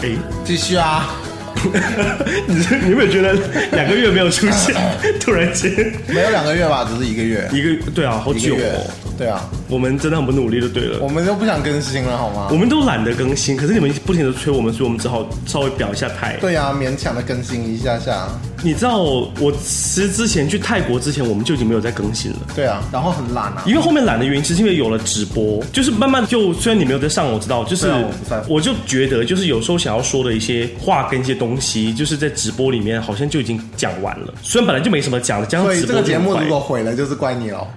继续啊。 你有没有觉得2个月没有出现，突然间没有2个月吧，只是1个月。 对啊，好久哦。 对啊， 我们真的很不努力就对了。 我们都不想更新了好吗？ 我们都懒得更新，可是你们不停的催我们，所以我们只好稍微表一下态。 对啊，勉强的更新一下下。 你知道我其实之前去泰国之前，我们就已经没有在更新了。 对啊，然后很懒啊。 因为后面懒的原因，是因为有了直播，就是慢慢就虽然你没有在上，我知道，就是我就觉得就是有时候想要说的一些话跟一些东西，就是在直播里面好像就已经讲完了。虽然本来就没什么讲的， 所以这个节目如果毁了，就是怪你咯。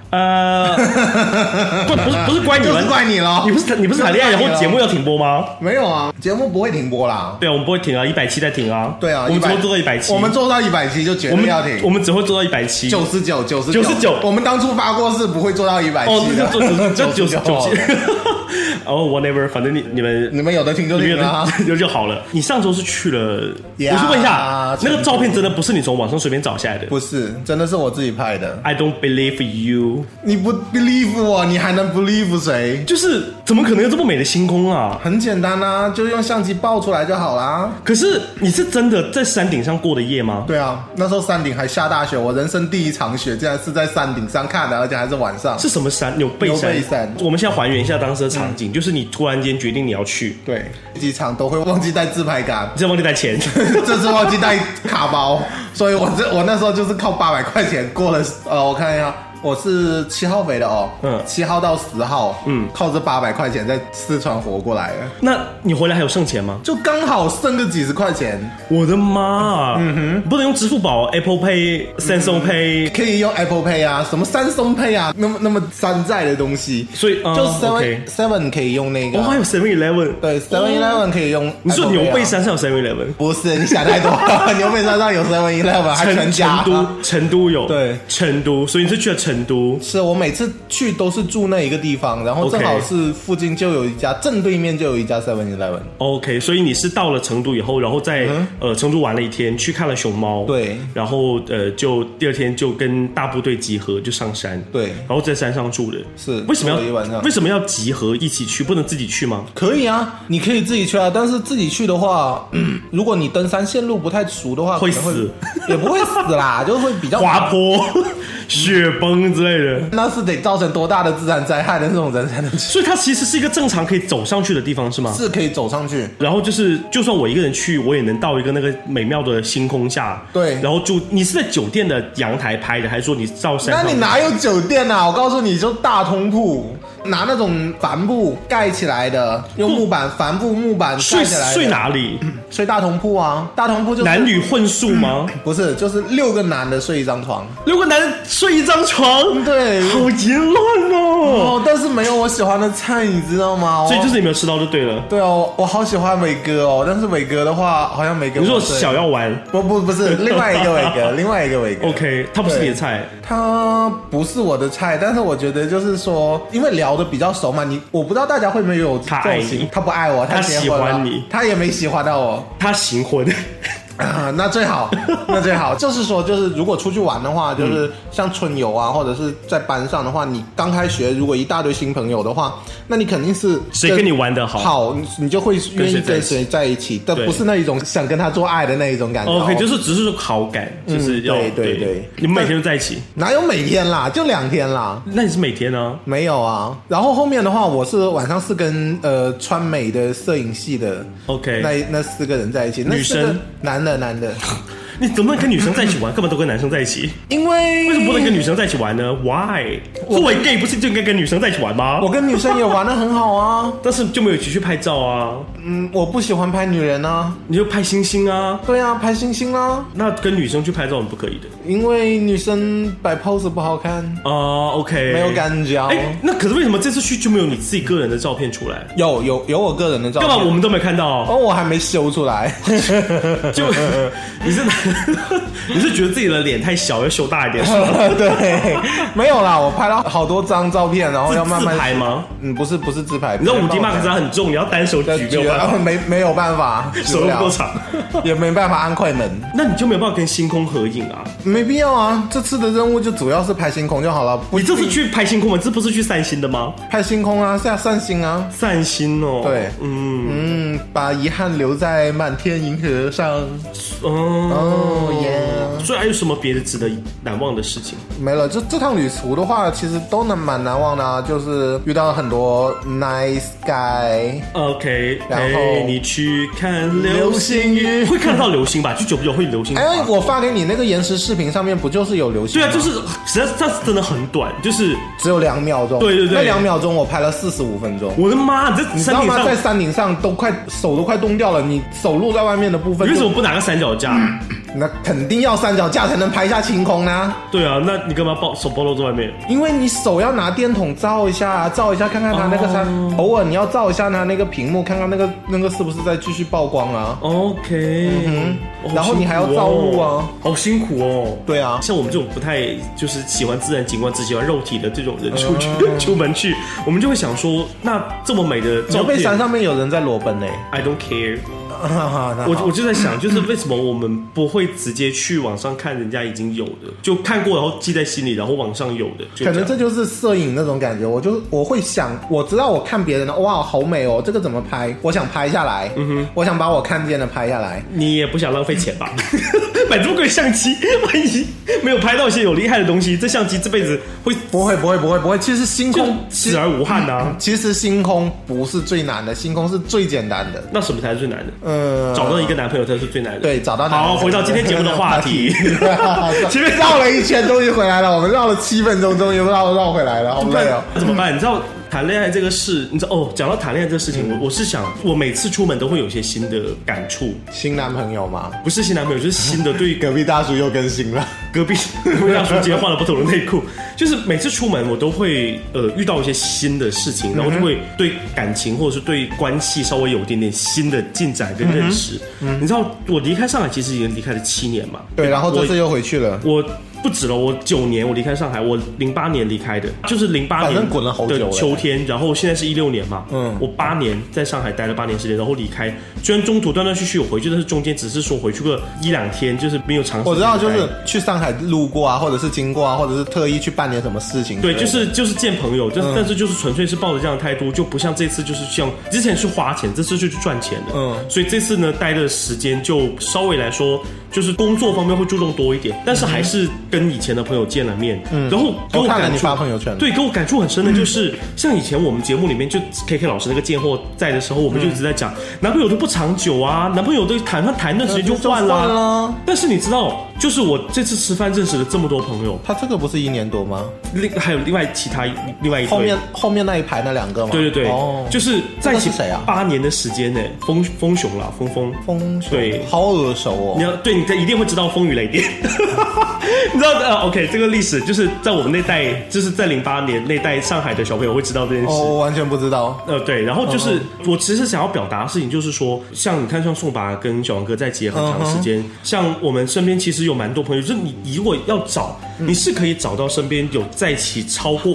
不是怪你们， 就是怪你咯。 你不是谈恋爱然后节目要停播吗？ 没有啊，节目不会停播啦。 对啊，我们不会停啊，170再停啊。 对啊， 我们只会做到170。 我们做到170就绝对要停。 我们只会做到170。99。 我们当初发过是不会做到170的。 哦，这99。哦 ，whatever， 反正你们有的听就听啊， 就好了。你上周是去了，我是问一下，那个照片真的不是你从网上随便找下来的？ 不是，真的是我自己拍的。 I don't believe you。 你不 believe 我，你还能 believe 谁？ 就是怎么可能有这么美的星空啊？ 很简单啊，就用相机抱出来就好啦。 可是你是真的在山顶上过的夜吗？ 对啊，那时候山顶还下大雪，我人生第一场雪竟然是在山顶上看的，而且还是晚上。 是什么山？纽贝山。我们现在还原一下当时的场景，就是你突然间决定你要去。 对，机场都会忘记带自拍杆， 这忘记带钱， 这次忘记带卡包，所以我那时候就是靠800块钱过了。我看一下。我是7号飞的哦，7号到10号，靠这800块钱在四川活过来了。 那你回来还有剩钱吗？ 就刚好剩个几十块钱。 我的妈！不能用支付宝、Apple Pay、Samsung Pay， 可以用 Apple Pay 啊，什么Samsung Pay 啊，那么山寨的东西。 所以就 Seven 可以用那个。 还有 7-Eleven。 对 ，7-Eleven 可以用。 你说牛背山上有 7-Eleven？ 不是，你想太多了。牛背山上有 7-Eleven， 还全家。 成都有。 对， 成都，所以你是去了成都。 是我每次去都是住那一个地方，然后正好是附近就有一家，正对面就有一家 7-Eleven。 OK， 所以你是到了成都以后，然后在成都玩了一天，去看了熊猫。 对， 然后就第2天就跟大部队集合，就上山。 对， 然后在山上住的。 是为什么要集合一起去？不能自己去吗？ 可以啊，你可以自己去啊，但是自己去的话，如果你登山线路不太熟的话， 会死， 也不会死啦，就会比较滑坡、雪崩之类的。 那是得造成多大的自然灾害的那种人才能去。 所以它其实是一个正常可以走上去的地方，是吗？ 是可以走上去。 然后就算我一个人去，我也能到一个那个美妙的星空下。 对。 然后你是在酒店的阳台拍的，还是说你到山上？ 那你哪有酒店啊？我告诉你，就大通铺，拿那种帆布盖起来的，用帆布木板盖起来的。 睡哪里？ 睡大通铺啊！大通铺就是男女混宿吗？ 不是，就是6个男的睡一张床 ，6个男的睡一张床。 对， 好淫乱哦！ 但是没有我喜欢的菜，你知道吗？ 所以就是你没有吃到就对了。 对哦，我好喜欢伟哥哦，但是伟哥的话好像没跟我。 你说小药丸？ 不是，另外一个伟哥，另外一个伟哥。 OK， 他不是你的菜。 他不是我的菜，但是我觉得就是说，因为聊得比较熟嘛，我不知道大家会不会有他爱你， 他不爱我， 他喜欢你， 他也没喜欢到我， 他行婚。 那最好，就是说，就是如果出去玩的话，就是像春游啊，或者是在班上的话，你刚开学，如果一大堆新朋友的话，那你肯定是谁跟你玩得好， 你就会愿意跟谁在一起，但不是那一种想跟他做爱的那一种感觉。 OK， 就是只是好感，就是要对。 你们每天都在一起？ 哪有每天啦，就2天啦。 那你是每天呢？ 没有啊。然后后面的话，我是晚上是跟川美的摄影系的 OK， 那4个人在一起， 女生男的。 你怎么能跟女生在一起玩？根本都跟男生在一起。 因为什么不能跟女生在一起玩呢 ？Why？ 作为 gay 不是就应该跟女生在一起玩吗？ 我跟女生也玩得很好啊， 但是就没有一起去拍照啊。 我不喜欢拍女人啊。 你就拍星星啊。 对啊，拍星星啊。 那跟女生去拍照是不可以的， 因为女生摆 pose 不好看。 OK， 没有感觉。 那可是为什么这次去就没有你自己个人的照片出来？ 有我个人的照片。 干嘛我们都没看到？ 我还没修出来。 就你是觉得自己的脸太小，要修大一点是吗？ 对，没有啦，我拍了好多张照片，然后要慢慢自拍吗？ 不是自拍。 你知道5D Max 它很重，你要单手举没有办办法， 没有办法， 手都不够长， 也没办法按快门。 那你就没有办法跟星空合影啊？ 没必要啊，这次的任务就主要是拍星空就好了。 你这次去拍星空吗？这不是去散心的吗？ 拍星空啊，是要散心啊， 散心哦。 对，把遗憾留在满天银河上。哦耶！ 所以还有什么别的值得难忘的事情？ 没了，就这趟旅途的话，其实都蛮难忘的啊，就是遇到了很多 nice guy。OK， 然后你去看流星雨，会看到流星吧？就久不久会流星。 哎，我发给你那个延时视频上面不就是有流星吗？ 对啊，就是实在它真的很短，就是只有2秒钟。 对， 那2秒钟我拍了45分钟。 我的妈！ 你知道吗？在山顶上手都快冻掉了，你手露在外面的部分， 为什么不拿个三脚架？ 那肯定要三脚架才能拍下晴空呢。 对啊，那你干嘛手暴露在外面？ 因为你手要拿电筒照一下看看它那个山，偶尔你要照一下它那个屏幕，看看那个是不是在继续曝光啊 ？OK， 然后你还要照路啊， 好辛苦哦。 对啊， 像我们这种不太就是喜欢自然景观，只喜欢肉体的这种人出门去，我们就会想说，那这么美的照片， 山上面有人在裸奔呢 ，I don't care。我就在想，就是为什么我们不会直接去网上看人家已经有的，就看过然后记在心里，然后网上有的， 可能这就是摄影那种感觉。我会想，我知道我看别人的，哇，好美哦，这个怎么拍？我想拍下来，我想把我看见的拍下来。 你也不想浪费钱吧？买这么贵相机，万一没有拍到一些有厉害的东西，这相机这辈子不会。其实星空死而无憾啊。 其实星空不是最难的，星空是最简单的。 那什么才是最难的？找到一个男朋友才是最难的。 对，找到男朋友。 好，回到今天节目的话题。 前面绕了一圈，终于回来了。我们绕了7分钟，终于绕回来了，好累哦。 怎么办？你知道谈恋爱这个事，你知道哦？讲到谈恋爱这个事情，我是想，我每次出门都会有一些新的感触。 新男朋友吗？ 不是新男朋友，就是新的。对， 隔壁大叔又更新了。 隔壁大叔今天换了不同的内裤，就是每次出门我都会遇到一些新的事情，然后就会对感情或者是对关系稍微有一点点新的进展跟认识。你知道我离开上海其实已经离开了7年嘛？ 对，然后这次又回去了。 我不止了，我9年我离开上海，我08年离开的，就是08年滚了好久的秋天，然后现在是16年嘛，我8年在上海待了8年时间，然后离开，虽然中途断断续续有回去，但是中间只是说回去个1-2天，就是没有长时间。 我知道，就是去上海路过啊，或者是经过啊，或者是特意去办点什么事情。 对，就是见朋友，但是就是纯粹是抱着这样的态度，就不像这次就是像之前是花钱，这次就去赚钱的。所以这次呢待的时间就稍微来说，就是工作方面会注重多一点，但是还是跟以前的朋友见了面，然后给我看了你发朋友圈， 对，给我感触很深的就是，像以前我们节目里面就 KK 老师那个贱货在的时候，我们就一直在讲男朋友都不长久啊，男朋友都谈一段时间就换啦。但是你知道，就是我这次吃饭认识了这么多朋友， 他这个不是1年多吗？ 还有另外一对后面那一排那2个吗？ 对，就是在一起谁啊 ？8年的时间呢，风雄啦，风雄， 对， 好耳熟哦。 你一定会知道风雨雷电。你知道OK， 这个历史就是在我们那代，就是在08年那代上海的小朋友会知道这件事。 我完全不知道。 对，然后就是我其实想要表达的事情，就是说，像你看，像宋拔跟小王哥在一起也很长时间，像我们身边其实有蛮多朋友，就是你如果要找，你是可以找到身边有在一起超过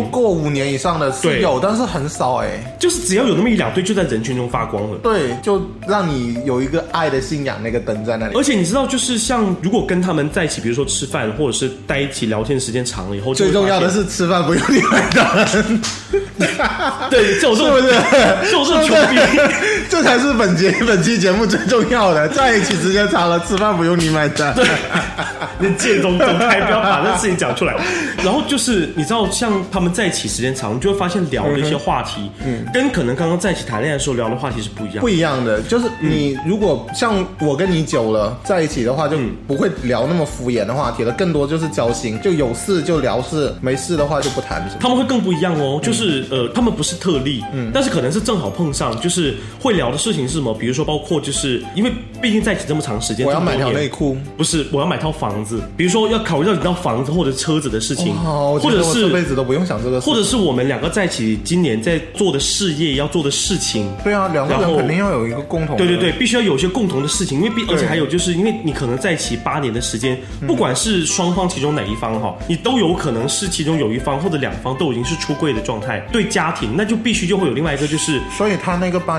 5 年以上的是有，但是很少就是只要有那么1-2对，就在人群中发光了。 对，就让你有一个爱的信仰那个灯在那里。 而且你知道，就是像如果跟他们在一起，比如说吃饭，或者是在一起聊天时间长了以后， 最重要的是吃饭不用你买单。 对，这种穷逼， 这才是本期节目最重要的。在一起时间长了，吃饭不用你买单。 你借总开，不要把那事情讲出来。然后就是你知道，像他们在一起时间长，你就会发现聊的一些话题，跟可能刚刚在一起谈恋爱的时候聊的话题是不一样的。就是你如果像我跟你久了在一起的话，就不会聊那么敷衍的话题了，更多就是交心，就有事就聊事，没事的话就不谈什么。他们会更不一样哦，就是他们不是特例，但是可能是正好碰上，就是会聊的事情是什么？比如说包括就是因为毕竟在一起这么长时间，我要买条内裤，不是我要买套房子，比如说要考虑到你到房子或者车子的事情，或者是这辈子都不用想这个事，或者是我们2个在一起今年在做的事业要做的事情。对啊，2个人肯定要有一个共同的，对，必须要有一些共同的事情，因为而且还有就是因为你可能在一起8年的时间，不管是双方其中哪一方你都有可能是其中有一方或者2方都已经是出柜的状态，对家庭那就必须就会有另外一个就是，所以他那个8年那个是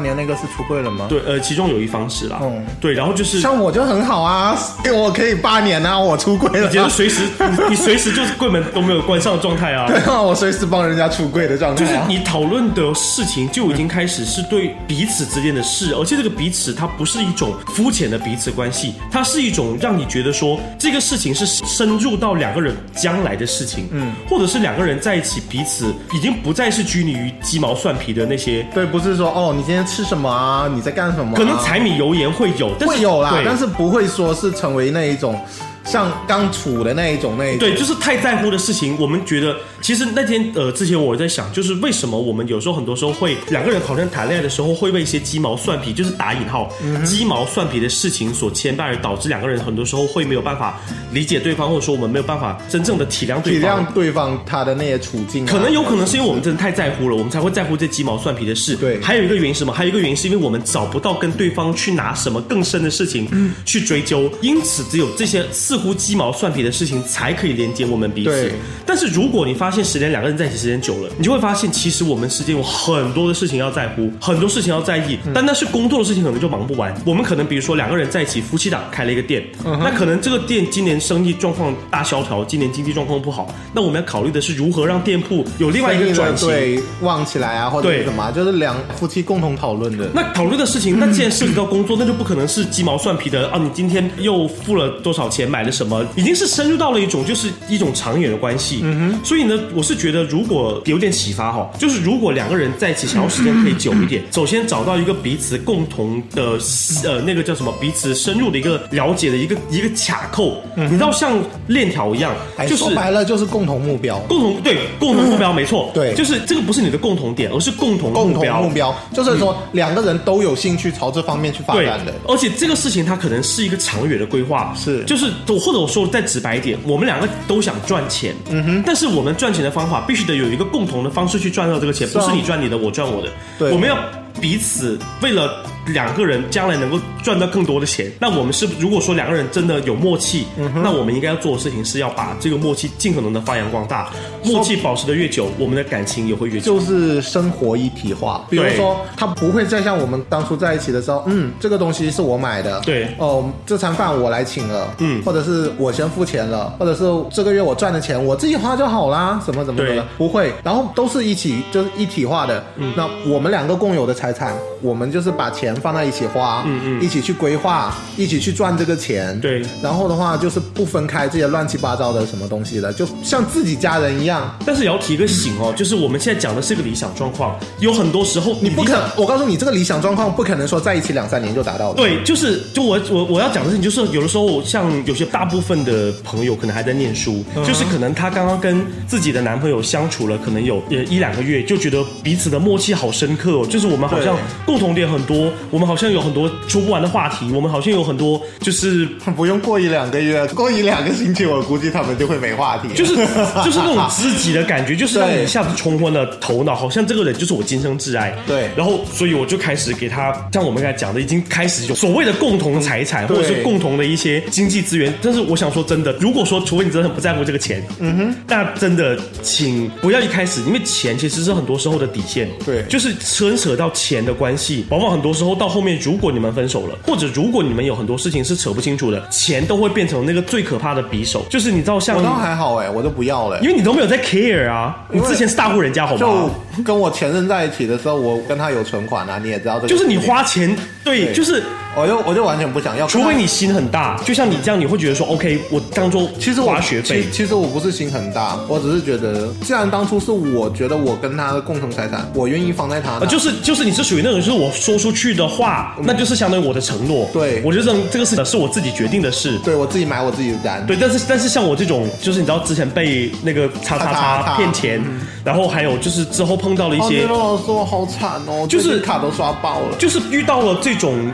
是出柜了吗？ 对，其中有一方是啦。对，然后就是像我就很好啊，我可以8年啊，我出柜了。 你觉得随时你随时就是柜门都没有关上的状态啊？ 对啊，我随时帮人家出柜的状态。 就是你讨论的事情就已经开始是对彼此之间的事，而且这个彼此它不是一种肤浅的彼此关系，它是一种让你觉得说这个事情是深入到两个人将来的事情，或者是两个人在一起彼此已经不再是拘泥于鸡毛蒜皮的那些。 对，不是说哦你今天吃什么啊，你在干什么啊， 可能柴米油盐会有， 会有啦，但是不会说是成为那一种像刚处的那一种。 对，就是太在乎的事情，我们觉得其实那天之前我在想，就是为什么我们有时候很多时候会两个人好像谈恋爱的时候会被一些鸡毛蒜皮，就是打引号鸡毛蒜皮的事情所牵绊，而导致两个人很多时候会没有办法理解对方，或者说我们没有办法真正的体谅对方他的那些处境， 可能有可能是因为我们真的太在乎了，我们才会在乎这鸡毛蒜皮的事。 对， 还有一个原因是什么？还有一个原因是因为我们找不到跟对方去拿什么更深的事情去追究，因此只有这些似乎鸡毛蒜皮的事情才可以连接我们彼此。但是如果你发现两个人在一起时间久了，你就会发现其实我们之间有很多的事情要在乎，很多事情要在意，但那是工作的事情可能就忙不完。我们可能比如说两个人在一起，夫妻档开了一个店，那可能这个店今年生意状况大萧条，今年经济状况不好，那我们要考虑的是如何让店铺有另外一个转型， 对，旺起来啊，或者是什么，就是两夫妻共同讨论的。 那讨论的事情，那既然涉及到工作，那就不可能是鸡毛蒜皮的啊！你今天又付了多少钱，买了什么，已经是深入到了一种就是一种长远的关系。所以呢，我是觉得如果有点启发哈，就是如果两个人在一起想要时间可以久一点，首先找到一个彼此共同的那个叫什么，彼此深入的一个了解的一个卡扣，你知道像链条一样，就是说白了就是共同目标， 共同目标没错，对，就是这个不是你的共同点，而是共同目标， 就是说两个人都有兴趣朝这方面去发展的， 而且这个事情它可能是一个长远的规划， 是， 就是或者我说再直白一点，我们两个都想赚钱，但是我们赚钱的方法必须得有一个共同的方式去赚到这个钱，不是你赚你的，我赚我的，对，我们要彼此为了两个人将来能够赚到更多的钱，那我们是如果说两个人真的有默契，那我们应该要做的事情是要把这个默契尽可能的发扬光大，默契保持的越久，我们的感情也会越久， 就是生活一体化。比如说他不会再像我们当初在一起的时候，这个东西是我买的， 对， 哦，这餐饭我来请了，或者是我先付钱了，或者是这个月我赚的钱我自己花就好啦，什么的，不会，然后都是一起就是一体化的。那我们两个共有的财产，我们就是把钱放在一起花，一起去规划，一起去赚这个钱， 对， 然后的话就是不分开这些乱七八糟的什么东西的，就像自己家人一样。 但是也要提个醒哦，就是我们现在讲的是个理想状况，有很多时候你不可能，我告诉你，这个理想状况不可能说在一起2-3年就达到的。 对，就我要讲的事情，就是有的时候像有些大部分的朋友可能还在念书，就是可能她刚刚跟自己的男朋友相处了可能有1-2个月，就觉得彼此的默契好深刻哦，就是我们好像共同点很多，我们好像有很多说不完的话题，我们好像有很多就是不用过1-2个月，过1-2个星期，我估计他们就会没话题， 就是那种知己的感觉，就是让你一下子冲昏了头脑，好像这个人就是我今生挚爱。 对， 然后所以我就开始给他，像我们刚才讲的，已经开始有所谓的共同财产，或者是共同的一些经济资源。但是我想说真的，如果说除非你真的很不在乎这个钱，那真的请不要一开始，因为钱其实是很多时候的底线， 对， 就是牵扯到钱的关系，往往很多时候到后面，如果你们分手了，或者如果你们有很多事情是扯不清楚的，钱都会变成那个最可怕的匕首。就是你知道像我倒还好我都不要了， 因为你都没有在 care 啊，你之前是大户人家好吗？ 就跟我前任在一起的时候，我跟他有存款啊，你也知道这个， 就是你花钱，对，就是我就完全不想要， 除非你心很大，就像你这样，你会觉得说 OK， 我当做花学费。 其实我不是心很大，我只是觉得，既然当初是我觉得我跟他的共同财产，我愿意放在他那， 就是你是属于那种，就是我说出去的话，那就是相当于我的承诺。 对， 我觉得这个是我自己决定的事， 对我自己买我自己的单。 对，但是像我这种，就是你知道之前被那个叉骗钱，然后还有就是之后碰到了一些， 老师我好惨哦，就是卡都刷爆了， 就是遇到了这种，我的确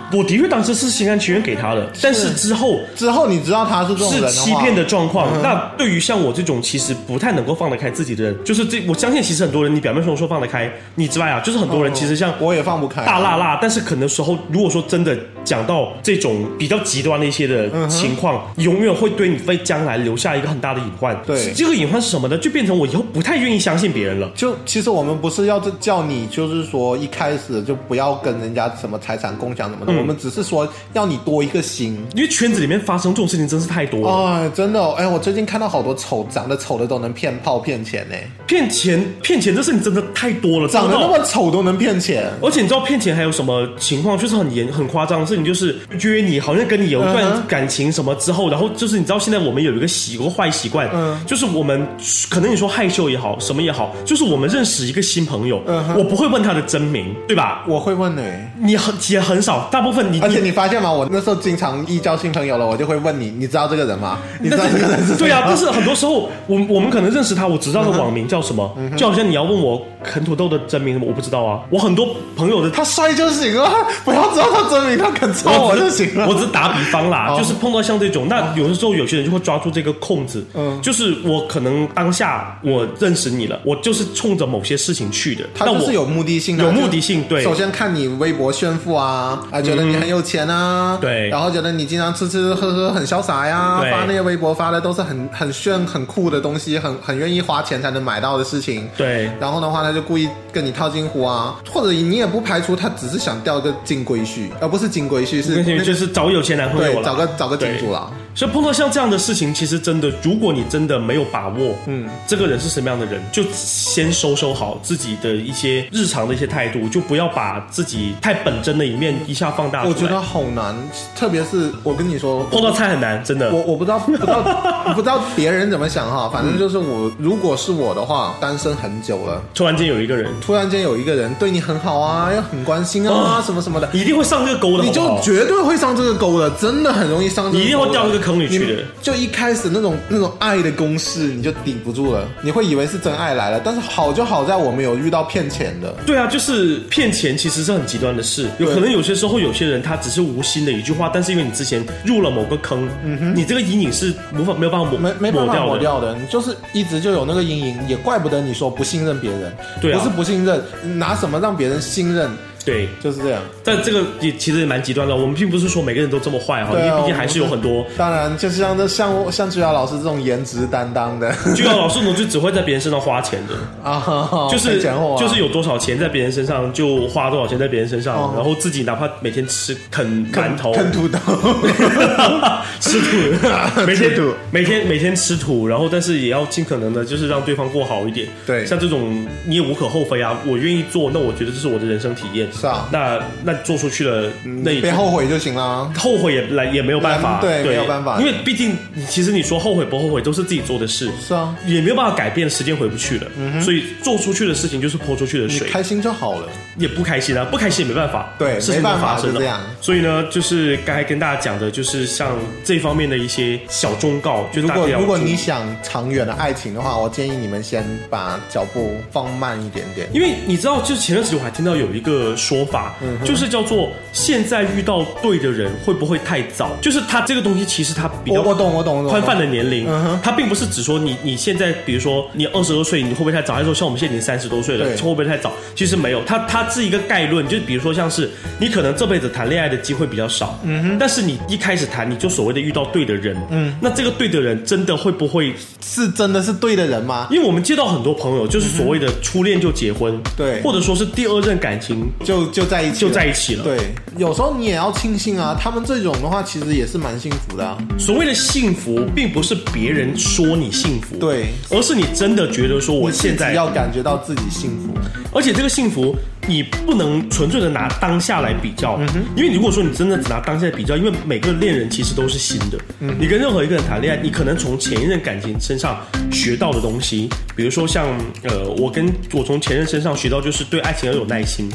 当时是心甘情愿给他的，但是之后你知道他是这种人的话， 是欺骗的状况。那对于像我这种其实不太能够放得开自己的人，就是我相信其实很多人，你表面上说放得开，你之外啊，就是很多人其实像我也放不开大辣，但是可能时候如果说真的讲到这种比较极端的一些的情况，永远会对你将来留下一个很大的隐患。 对， 这个隐患是什么呢？就变成我以后不太愿意相信别人了。 就其实我们不是要叫你，就是说一开始就不要跟人家什么财产共享什么的，我们只是说要你多一个心， 因为圈子里面发生这种事情真是太多了。 哎，真的哦，哎，我最近看到好多长得丑的都能骗炮骗钱呢， 骗钱这事情真的太多了， 长得那么丑都能骗钱。 而且你知道骗钱还有什么情况？就是很夸张的事情，就是约你好像跟你有一段感情什么之后，然后就是你知道现在我们有一个坏习惯，就是我们可能你说害羞也好，什么也好，就是我们认识一个新朋友，我不会问他的真名，对吧？ 我会问你也很少，大部分而且你发现吗？我那时候经常一交新朋友了，我就会问你知道这个人吗？你知道这个人是谁吗？ 对啊，但是很多时候我们可能认识他，我只知道他网名叫什么，就好像你要问我啃土豆的真名，我不知道啊。我很多朋友的他帅就行了，不要知道他真名，他肯操我就行了。 我只是打比方啦，就是碰到像这种，那有的时候有些人就会抓住这个空子，就是我可能当下我认识你了，我就是冲着某些事情去的， 他就是有目的性的， 有目的性。对， 首先看你微博炫富啊，觉得你很有钱啊， 对， 然后觉得你经常吃吃喝喝很潇洒呀，发那些微博发的都是很炫很酷的东西，很愿意花钱才能买到的事情， 对。 然后的话，他就故意跟你套近乎啊，或者你也不排除他只是想钓一个金龟婿，而不是金龟婿， 就是找有钱男朋友了，找个金主啦。 所以碰到像这样的事情，其实真的，如果你真的没有把握，这个人是什么样的人，就先收好自己的一些日常的一些态度，就不要把自己太本真的一面一下放大出来。 我觉得好难，特别是我跟你说， 碰到菜很难，真的。 我不知道别人怎么想哈，反正就是如果是我的话，单身很久了， 突然间有一个人对你很好啊，又很关心啊，什么什么的， 你一定会上这个钩的， 你就绝对会上这个钩的，真的很容易上这个钩的， 你一定会掉这个坑里去的。 就一开始那种爱的攻势，你就顶不住了，你会以为是真爱来了，但是好就好在我们有遇到骗钱的。 对啊，就是骗钱其实是很极端的事，有可能有些时候有些人他只是无心的一句话，但是因为你之前入了某个坑，你这个阴影是没有办法抹掉的，你就是一直就有那个阴影，也怪不得你说不信任别人， 对啊， 不是不信任，拿什么让别人信任？ 对， 就是这样。 但这个也其实也蛮极端的，我们并不是说每个人都这么坏哈，因为毕竟还是有很多。 当然，就是像居瑶老师这种颜值担当的， 居瑶老师呢就只会在别人身上花钱的啊，就是有多少钱在别人身上就花多少钱在别人身上，然后自己哪怕每天啃馒头、 啃土豆、 吃土，每天吃土，然后但是也要尽可能的就是让对方过好一点。 对， 像这种你也无可厚非啊，我愿意做，那我觉得这是我的人生体验。 是啊， 那做出去了，那别后悔就行了。 后悔也没有办法， 对，没有办法， 因为毕竟其实你说后悔不后悔都是自己做的事， 是啊， 也没有办法改变，时间回不去了，所以做出去的事情就是泼出去的水， 你开心就好了， 也不开心啊，不开心也没办法， 对， 事情发生了， 这样。 所以呢，就是刚才跟大家讲的，就是像这方面的一些小忠告，就是如果你想长远的爱情的话，我建议你们先把脚步放慢一点点， 因为你知道，就是前段时间我还听到有一个说法。就是叫做现在遇到对的人会不会太早？就是他这个东西其实他比较我懂宽泛的年龄，他并不是只说你现在比如说你22岁你会不会太早？还是说像我们现在已经30多岁了，会不会太早？其实没有，他是一个概论，就是比如说像是你可能这辈子谈恋爱的机会比较少，但是你一开始谈你就所谓的遇到对的人，那这个对的人真的会不会是真的是对的人吗？ 因为我们接到很多朋友就是所谓的初恋就结婚， 对， 或者说是第2任感情就在一起了。 对， 有时候你也要庆幸啊，他们这种的话其实也是蛮幸福的啊。 所谓的幸福并不是别人说你幸福， 对， 而是你真的觉得说我现在要感觉到自己幸福， 而且这个幸福你不能纯粹的拿当下来比较，因为如果说你真的只拿当下来比较，因为每个恋人其实都是新的，你跟任何一个人谈恋爱，你可能从前一任感情身上学到的东西，比如说像我从前任身上学到就是对爱情要有耐心，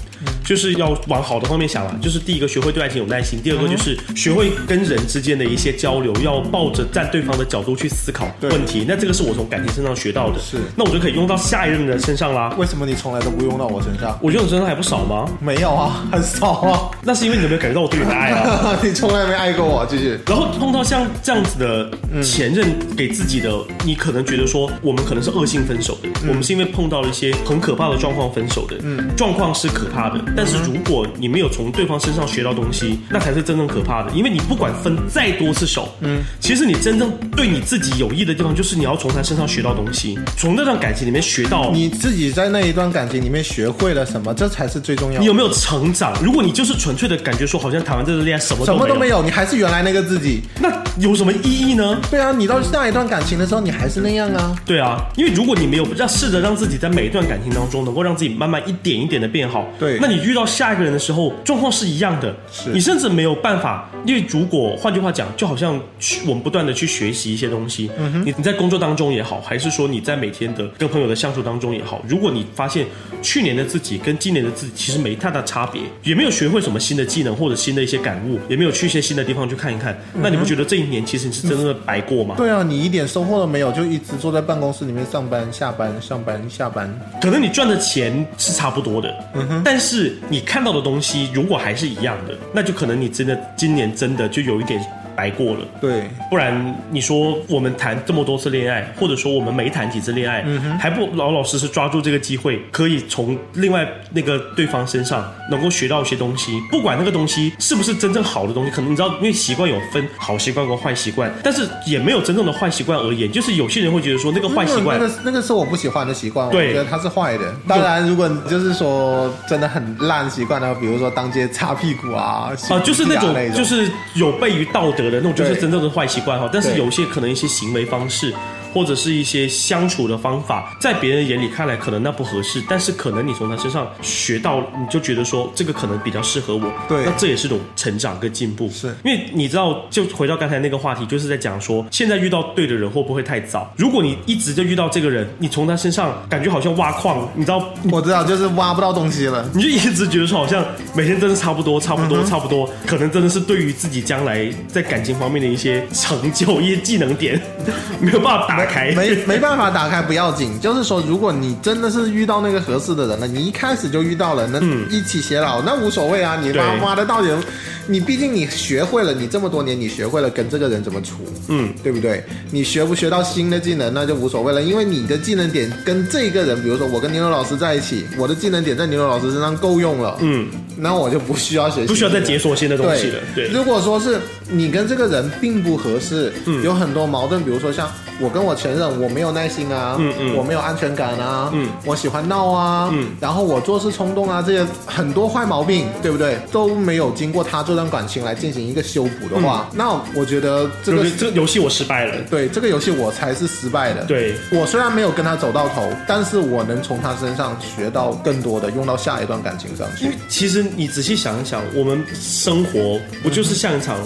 就是要往好的方面想啦。就是第一个学会对爱情有耐心，第二个就是学会跟人之间的一些交流，要抱着站对方的角度去思考问题。那这个是我从感情身上学到的， 是。 那我就可以用到下一任的身上啦。 为什么你从来都不用到我身上？ 我用的身上还不少吗？ 没有啊，很少啊。 那是因为你有没有感觉到我对你的爱啊？ 你从来没爱过我，继续。 然后碰到像这样子的前任给自己的，你可能觉得说我们可能是恶性分手的，我们是因为碰到了一些很可怕的状况分手的。状况是可怕的，但是如果你没有从对方身上学到东西，那才是真正可怕的。因为你不管分再多次手，其实你真正对你自己有益的地方，就是你要从他身上学到东西，从那段感情里面学到你自己在那一段感情里面学会了什么，这才是最重要的。 你有没有成长？如果你就是纯粹的感觉说，好像谈完这个恋爱什么都没有， 你还是原来那个自己， 那有什么意义呢？ 对啊，你到下一段感情的时候，你还是那样啊。 对啊，因为如果你没有试着让自己在每一段感情当中，能够让自己慢慢一点一点的变好， 对， 那你遇到下一个人的时候，状况是一样的，你甚至没有办法。因为如果换句话讲，就好像我们不断的去学习一些东西，你在工作当中也好，还是说你在每天的跟朋友的相处当中也好，如果你发现去年的自己跟今年的自己其实没太大差别，也没有学会什么新的技能或者新的一些感悟，也没有去一些新的地方去看一看，那你不觉得这一年其实你是真正的白过吗？ 对啊，你一点收获都没有，就一直坐在办公室里面上班下班上班下班。 可能你赚的钱是差不多的，但是你看到的东西如果还是一样的，那就可能你真的今年真的就有一点白过了。 对， 不然你说我们谈这么多次恋爱，或者说我们没谈几次恋爱，还不老老实实抓住这个机会，可以从另外那个对方身上能够学到一些东西，不管那个东西是不是真正好的东西，可能你知道，因为习惯有分好习惯跟坏习惯，但是也没有真正的坏习惯而言，就是有些人会觉得说那个坏习惯， 那个是我不喜欢的习惯，我觉得它是坏的。当然，如果你就是说真的很烂习惯的，比如说当街擦屁股啊， 就是那种就是有悖于道德的那种，就是真正的坏习惯哈。但是有些可能一些行为方式，或者是一些相处的方法，在别人眼里看来可能那不合适，但是可能你从他身上学到，你就觉得说这个可能比较适合我。 对， 那这也是种成长跟进步。 是因为你知道，就回到刚才那个话题，就是在讲说，现在遇到对的人会不会太早？如果你一直就遇到这个人，你从他身上感觉好像挖矿，你知道？ 我知道，就是挖不到东西了。 你就一直觉得说，好像每天真的差不多，可能真的是对于自己将来在感情方面的一些成就、一些技能点，没有办法打开。 没办法打开不要紧，就是说，如果你真的是遇到那个合适的人了，你一开始就遇到了，那一起偕老，那无所谓啊。你挖得到人，你毕竟你学会了，你这么多年你学会了跟这个人怎么处，对不对？你学不学到新的技能，那就无所谓了，因为你的技能点跟这个人，比如说我跟牛牛老师在一起，我的技能点在牛牛老师身上够用了，那我就不需要学习， 不需要再解锁新的东西了。对， 如果说是你跟这个人并不合适，有很多矛盾，比如说像我跟我前任，我没有耐心啊，我没有安全感啊，我喜欢闹啊，然后我做事冲动啊，这些很多坏毛病，对不对？都没有经过他这段感情来进行一个修补的话，那我觉得这个游戏我失败了。 对，这个游戏我才是失败的。 对， 我虽然没有跟他走到头，但是我能从他身上学到更多的，用到下一段感情上去。 因为其实你仔细想一想，我们生活不就是像一场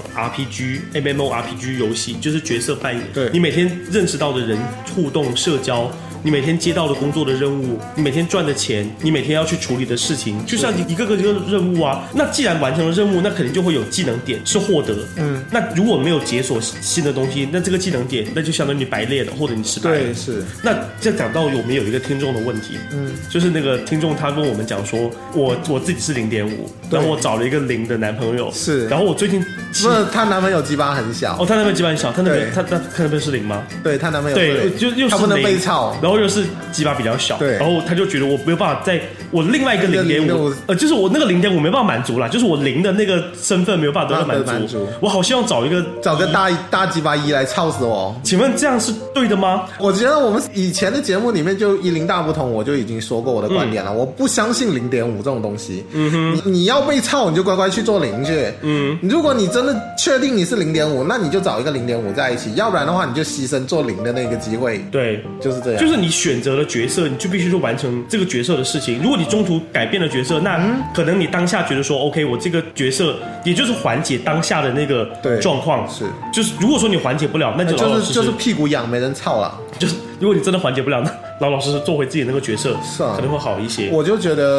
RPG、MMORPG 游戏，就是角色扮演。 对， 你每天认识到的人互动、社交。你每天接到的工作的任务，你每天赚的钱，你每天要去处理的事情，就像一个个任务啊。那既然完成了任务，那肯定就会有技能点是获得。那如果没有解锁新的东西，那这个技能点那就相当于你白练了，或者你失败了。 对，是。 那这讲到我们有一个听众的问题，就是那个听众他跟我们讲说，我自己是0.5，然后我找了一个0的男朋友， 是。 然后我最近不是她男朋友鸡巴很小， 她男朋友鸡巴很小，她那边他那边是0吗？ 对，她男朋友对，就又是他不能被操。 然后又是鸡巴比较小， 对， 然后他就觉得我没有办法在我另外一个0.5，就是我那个0.5没办法满足啦，就是我0的那个身份没有办法得到满足。我好希望找个大鸡巴1来操死我。 请问这样是对的吗？ 我觉得我们以前的节目里面就10大不同，我就已经说过我的观点了。我不相信0.5这种东西。你要被操，你就乖乖去做0去。如果你真的确定你是0.5，那你就找一个0.5在一起，要不然的话你就牺牲做0的那个机会。 对， 就是这样。 就是你选择了角色，你就必须去完成这个角色的事情。如果你中途改变了角色，那可能你当下觉得说 OK， 我这个角色也就是缓解当下的那个状况。 是， 就是如果说你缓解不了，那就是屁股痒没人操了。 就是如果你真的缓解不了，那老老实实做回自己那个角色， 是啊， 可能会好一些。 我就觉得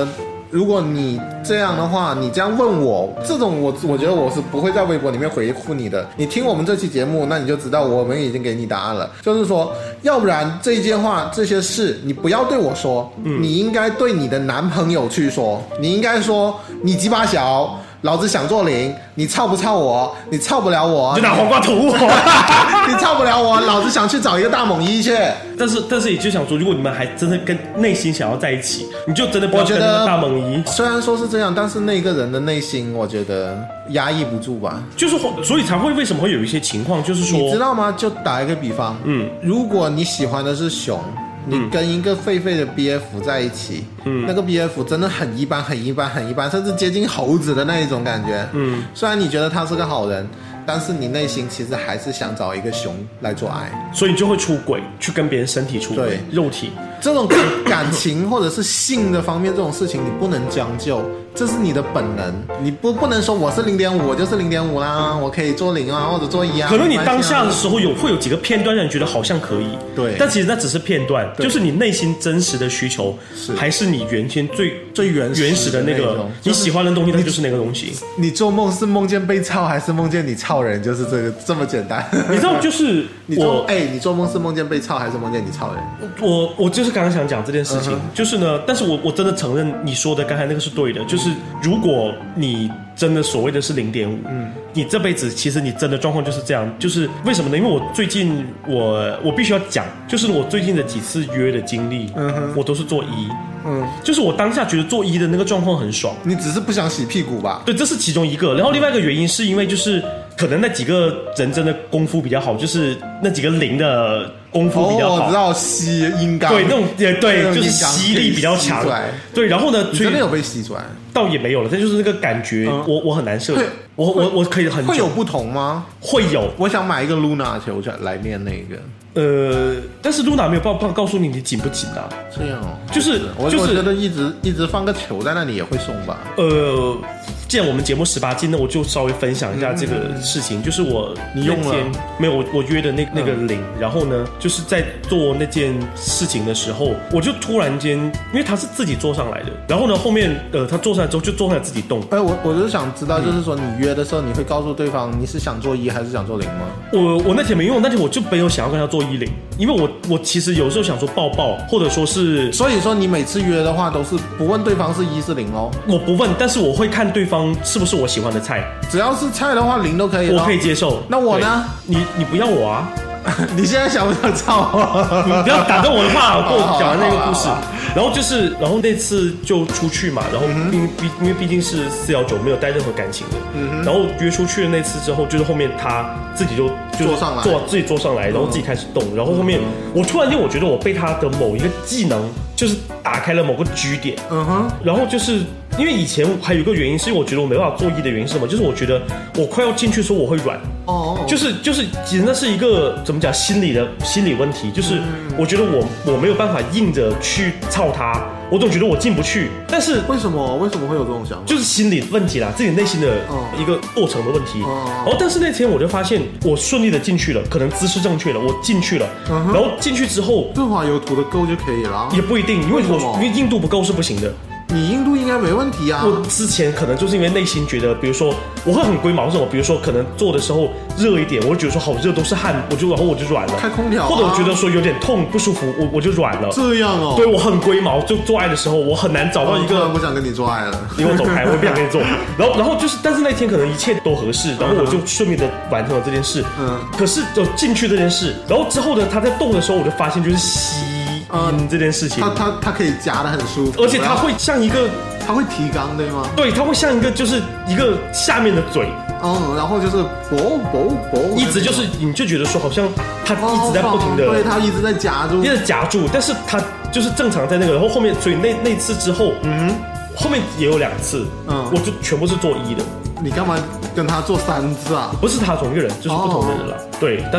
如果你这样的话，你这样问我，这种我觉得我是不会在微博里面回复你的。你听我们这期节目，那你就知道我们已经给你答案了。就是说，要不然这件话这些事你不要对我说，你应该对你的男朋友去说。你应该说你鸡巴小，老子想做零，你操不操我？你操不了我， 就拿黄瓜涂我。 你操不了我，老子想去找一个大猛一去。 但是也就想说，如果你们还真的跟内心想要在一起，你就真的不要跟那个大猛一。 虽然说是这样，但是那个人的内心，我觉得压抑不住吧。 就是所以才会为什么会有一些情况，就是说， 你知道吗？就打一个比方，如果你喜欢的是熊。你跟一个狒狒的 BF 在一起，那个 BF 真的很一般，很一般，很一般，甚至接近猴子的那一种感觉。虽然你觉得他是个好人，但是你内心其实还是想找一个熊来做爱， 所以你就会出轨，去跟别人身体出轨，肉体。 这种感情或者是性的方面这种事情，你不能将就，这是你的本能，你不能说我是0.5，我就是0.5啦，我可以做0啊，或者做1啊。 可能你当下的时候会有几个片段让你觉得好像可以， 对， 但其实那只是片段，就是你内心真实的需求，还是你原先最原始的那个你喜欢的东西，它就是那个东西。 你做梦是梦见被操，还是梦见你操人？就是这么简单。 你知道，就是你做梦是梦见被操，还是梦见你操人？ 我就是刚刚想讲这件事情，就是呢，但是我真的承认你说的刚才那个是对的，就是如果你真的所谓的是0.5，你这辈子其实你真的状况就是这样，就是为什么呢？因为我最近我必须要讲，就是我最近的几次约的经历，我都是做1，就是我当下觉得做1的那个状况很爽。 你只是不想洗屁股吧？ 对，这是其中一个。然后另外一个原因是因为就是可能那几个人真的功夫比较好，就是那几个0的功夫比较好。 我知道吸阴刚， 对，那种对，就是吸力比较强。对，然后呢， 你真的有被吸出来？ 倒也没有了，但就是那个感觉，我很难受。我可以很久。 会有不同吗？ 会有。 我想买一个 Luna 球来练那个。 但是 Luna 没有办法告诉你紧不紧啊。 这样哦， 就是我觉得一直放个球在那里也会松吧。 既然我们节目18禁，那我就稍微分享一下这个事情。就是你用了没有？我约的那个0，然后呢，就是在做那件事情的时候，我就突然间，因为他是自己坐上来的，然后呢，后面他坐上来之后就坐上来自己动。 我就是想知道，就是说你约的时候，你会告诉对方你是想做1还是想做0吗？ 我那天没用，那天我就没有想要跟他做1-0，因为我其实有时候想说抱抱，或者说是， 所以说你每次约的话都是不问对方是1是0哦。 我不问，但是我会看对方是不是我喜欢的菜， 只要是菜的话0都可以。 我可以接受。 那我呢？ 你不要我啊？ 你现在想不想操？ 你不要打断我的话，我跟我讲完那个故事。然后那次就出去嘛，然后因为毕竟是419，没有带任何感情的。然后约出去的那次之后，就是后面他自己就是自己坐上来，然后自己开始动。然后后面我突然间我觉得我被他的某一个技能就是打开了某个G点。然后就是因为以前还有一个原因，是因为我觉得我没办法做1的原因是什么？就是我觉得我快要进去的时候我会软。就是其实那是一个怎么讲心理问题，就是我觉得我没有办法硬着去操他，我总觉得我进不去。但是为什么会有这种想法？就是心理问题啦，自己内心的一个过程的问题。然后但是那天我就发现我顺利的进去了，可能姿势正确了，我进去了。然后进去之后，润滑油涂的够就可以了。也不一定，因为硬度不够是不行的。你硬度应该没问题啊。我之前可能就是因为内心觉得，比如说我会很龟毛，是什么？比如说可能做的时候热一点，我就觉得说好热都是汗，然后我就软了。开空调，或者我觉得说有点痛不舒服，我就软了。这样哦。对，我很龟毛，就做爱的时候我很难找到一个。不想跟你做爱了，你给我走开，我也不想跟你做。然后就是，但是那天可能一切都合适，然后我就顺利的完成了这件事。可是就进去这件事，然后之后呢，他在动的时候，我就发现就是吸。这件事情，它可以夹得很舒服，而且它会像一个，它会提肛对吗？对，它会像一个就是一个下面的嘴，然后就是一直就是你就觉得说好像它一直在不停的，对，它一直在夹住，但是它就是正常在那个，然后后面所以那次之后，后面也有2次，我就全部是做1的。你干嘛跟他做3次啊？不是他同一个人，就是不同的人了。对，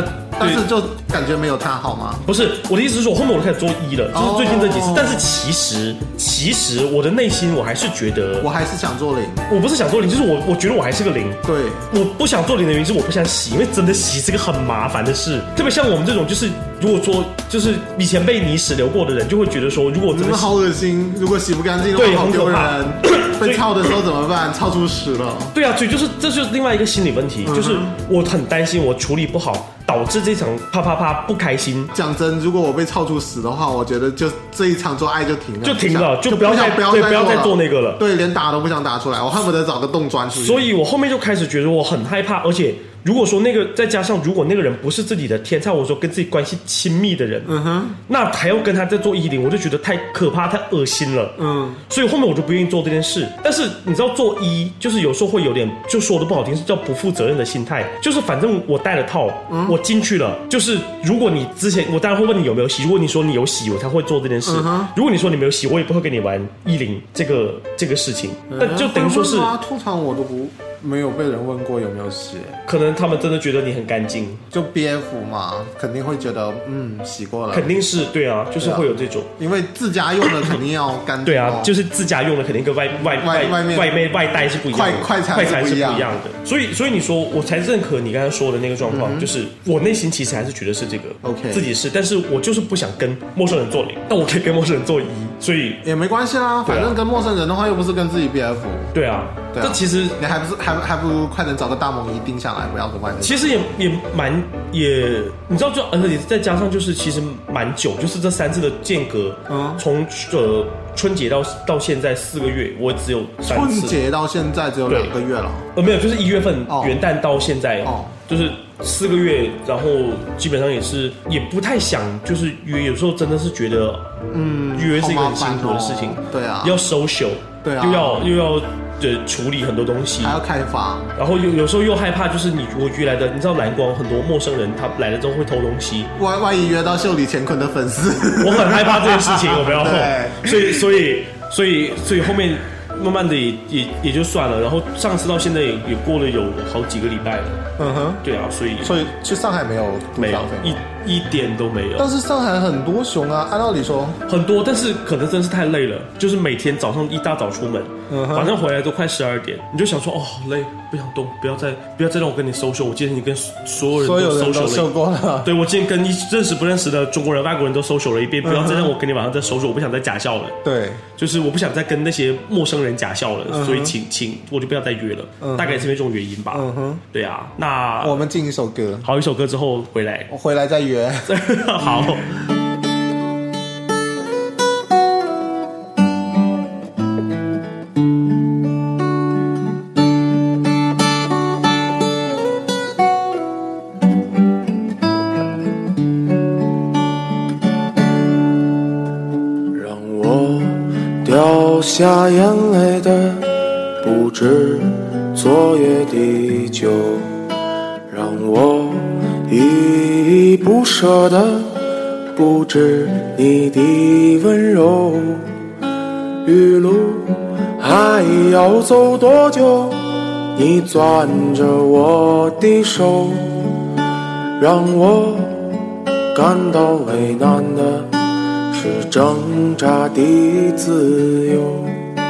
但是就感觉没有他好吗？ 不是，我的意思是说，我后面我都开始做一了，就是最近这几次。但是其实我的内心我还是觉得， 我还是想做零。 我不是想做零，就是我觉得我还是个零。 对， 我不想做零的原因是我不想洗，因为真的洗是个很麻烦的事，特别像我们这种就是。如果说就是以前被泥屎流过的人，就会觉得说，如果真的好恶心，如果洗不干净，对，好丢人。被操的时候怎么办？操出屎了。对啊， 所以这就是另外一个心理问题，就是我很担心我处理不好，导致这场啪啪啪不开心。 讲真，如果我被操出屎的话，我觉得就这一场做爱就停了， 就不要再做那个了。 对，连打都不想打出来，我恨不得找个洞钻出去。 所以我后面就开始觉得我很害怕，而且。如果说那个再加上如果那个人不是自己的天菜，或者说跟自己关系亲密的人，那还要跟他再做110，我就觉得太可怕、太恶心了。所以后面我就不愿意做这件事。但是你知道做就是有时候会有点，就说的不好听是叫不负责任的心态，就是反正我带了套，我进去了，就是如果你之前我当然会问你有没有洗，如果你说你有洗，我才会做这件事。如果你说你没有洗，我也不会跟你玩110这个事情。那就等于说是通常我都没有被人问过有没有洗， 可能他们真的觉得你很干净， 就 BF 嘛，肯定会觉得洗过了， 肯定是对啊，就是会有这种， 因为自家用的肯定要干净， 对啊，就是自家用的肯定跟外带是不一样的，快餐是不一样的，所以你说我才认可你刚才说的那个状况，就是我内心其实还是觉得是这个 OK 自己是，但是我就是不想跟陌生人做0，但我可以跟陌生人做1，所以也没关系啦，反正跟陌生人的话又不是跟自己 BF， 对啊，这其实你还不如快点找个大猛一定下来，不要跟外面。 其实也你知道就而且再加上就是其实蛮久，就是这3次的间隔，从春节到现在4个月，我只有3次。 春节到现在只有2个月了。 没有，就是1月份元旦到现在，就是4个月，然后基本上也不太想就是约，有时候真的是觉得约是一个很辛苦的事情， 对啊， 要 social， 对啊，又要处理很多东西， 还要开发， 然后有时候又害怕，就是我约来的，你知道蓝光很多陌生人，他来了之后会偷东西， 万一约到秀里乾坤的粉丝， 我很害怕这件事情，我不要。所以后面慢慢的也就算了，然后上次到现在也过了有好几个礼拜了，对啊，所以去上海没有一点都没有， 但是上海很多熊啊，按道理说很多，但是可能真是太累了，就是每天早上一大早出门，反正回来都快12点，你就想说累，不想动，不要再让我跟你 social， 我今天已经跟所有人都 social 过了， 对，我今天跟认识不认识的中国人、外国人都 social 了一遍，不要再让我跟你晚上再 social， 我不想再假笑了，对，就是我不想再跟那些陌生人假笑了，所以请我就不要再约了，大概是因为这种原因吧，对啊，那我们进一首歌， 好，一首歌之后回来再约。 好。 让我掉下眼泪的不止昨夜的酒，让我依依不舍的不止你的温柔，余路还要走多久？你攥着我的手，让我感到为难的是挣扎的自由。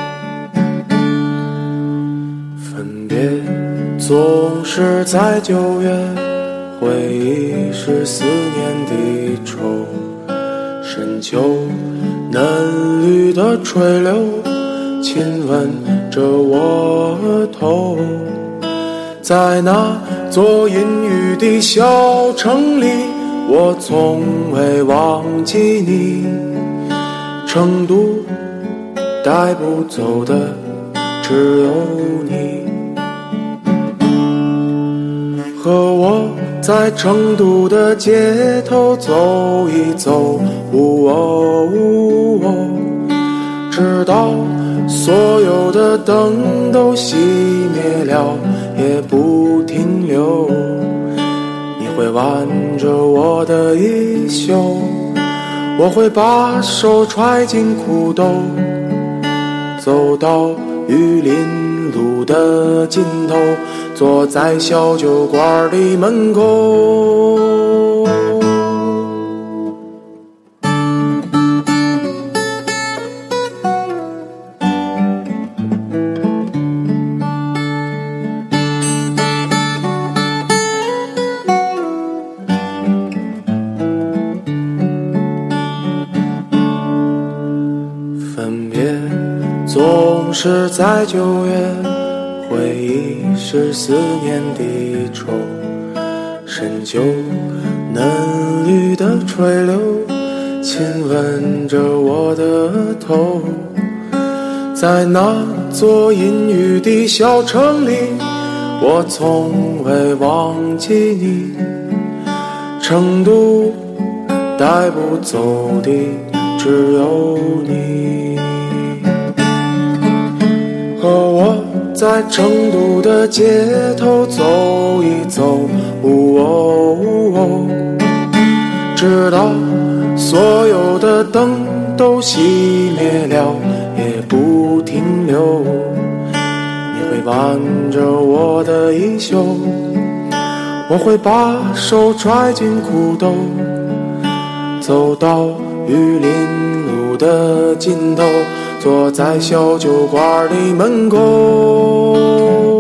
分别总是在9月，回忆是思念的愁，深秋嫩绿的垂柳亲吻着我额头，在那座阴雨的小城里，我从未忘记你。成都带不走的只有你，和我在成都的街头走一走，直到所有的灯都熄灭了也不停留。你会挽着我的衣袖，我会把手揣进裤兜，走到玉林路的尽头，坐在小酒馆的门口。 是在9月，回忆是思念的愁，深秋嫩绿的垂柳亲吻着我的头，在那座阴雨的小城里，我从未忘记你。成都带不走的只有你，和我在成都的街头走一走，直到所有的灯都熄灭了也不停留。你会挽着我的衣袖，我会把手揣进裤兜，走到玉林路的尽头，坐在小酒馆的门口。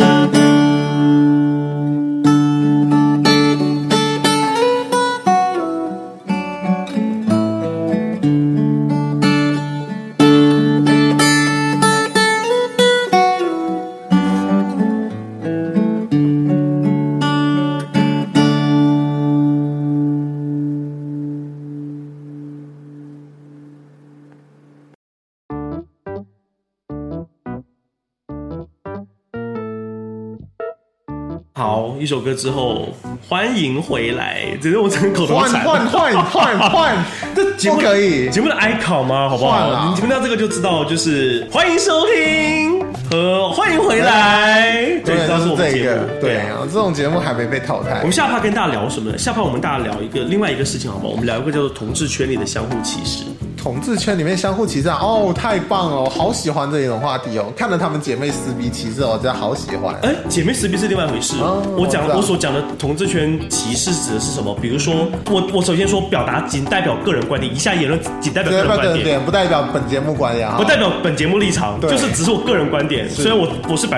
好，一首歌之后，欢迎回来。只是我整个口头禅， 换，这节目可以节目的 icon 吗？好不好？你听到这个就知道，就是欢迎收听和欢迎回来。 对， 知道是我们节目。 对啊，这种节目还没被淘汰。 我们下趴跟大家聊什么呢？下趴我们大家聊另外一个事情，好不好？我们聊一个叫做同志圈里的相互歧视。 同志圈里面相互歧视哦，太棒了，我好喜欢这种话题哦。看了他们姐妹撕逼歧视，我真的好喜欢。 姐妹撕逼是另外一回事。我所讲的同志圈歧视指的是什么？比如说，我首先说，表达仅代表个人观点，以下言论仅代表个人观点， 不代表本节目观点， 不代表本节目立场，就是只是我个人观点。虽然我是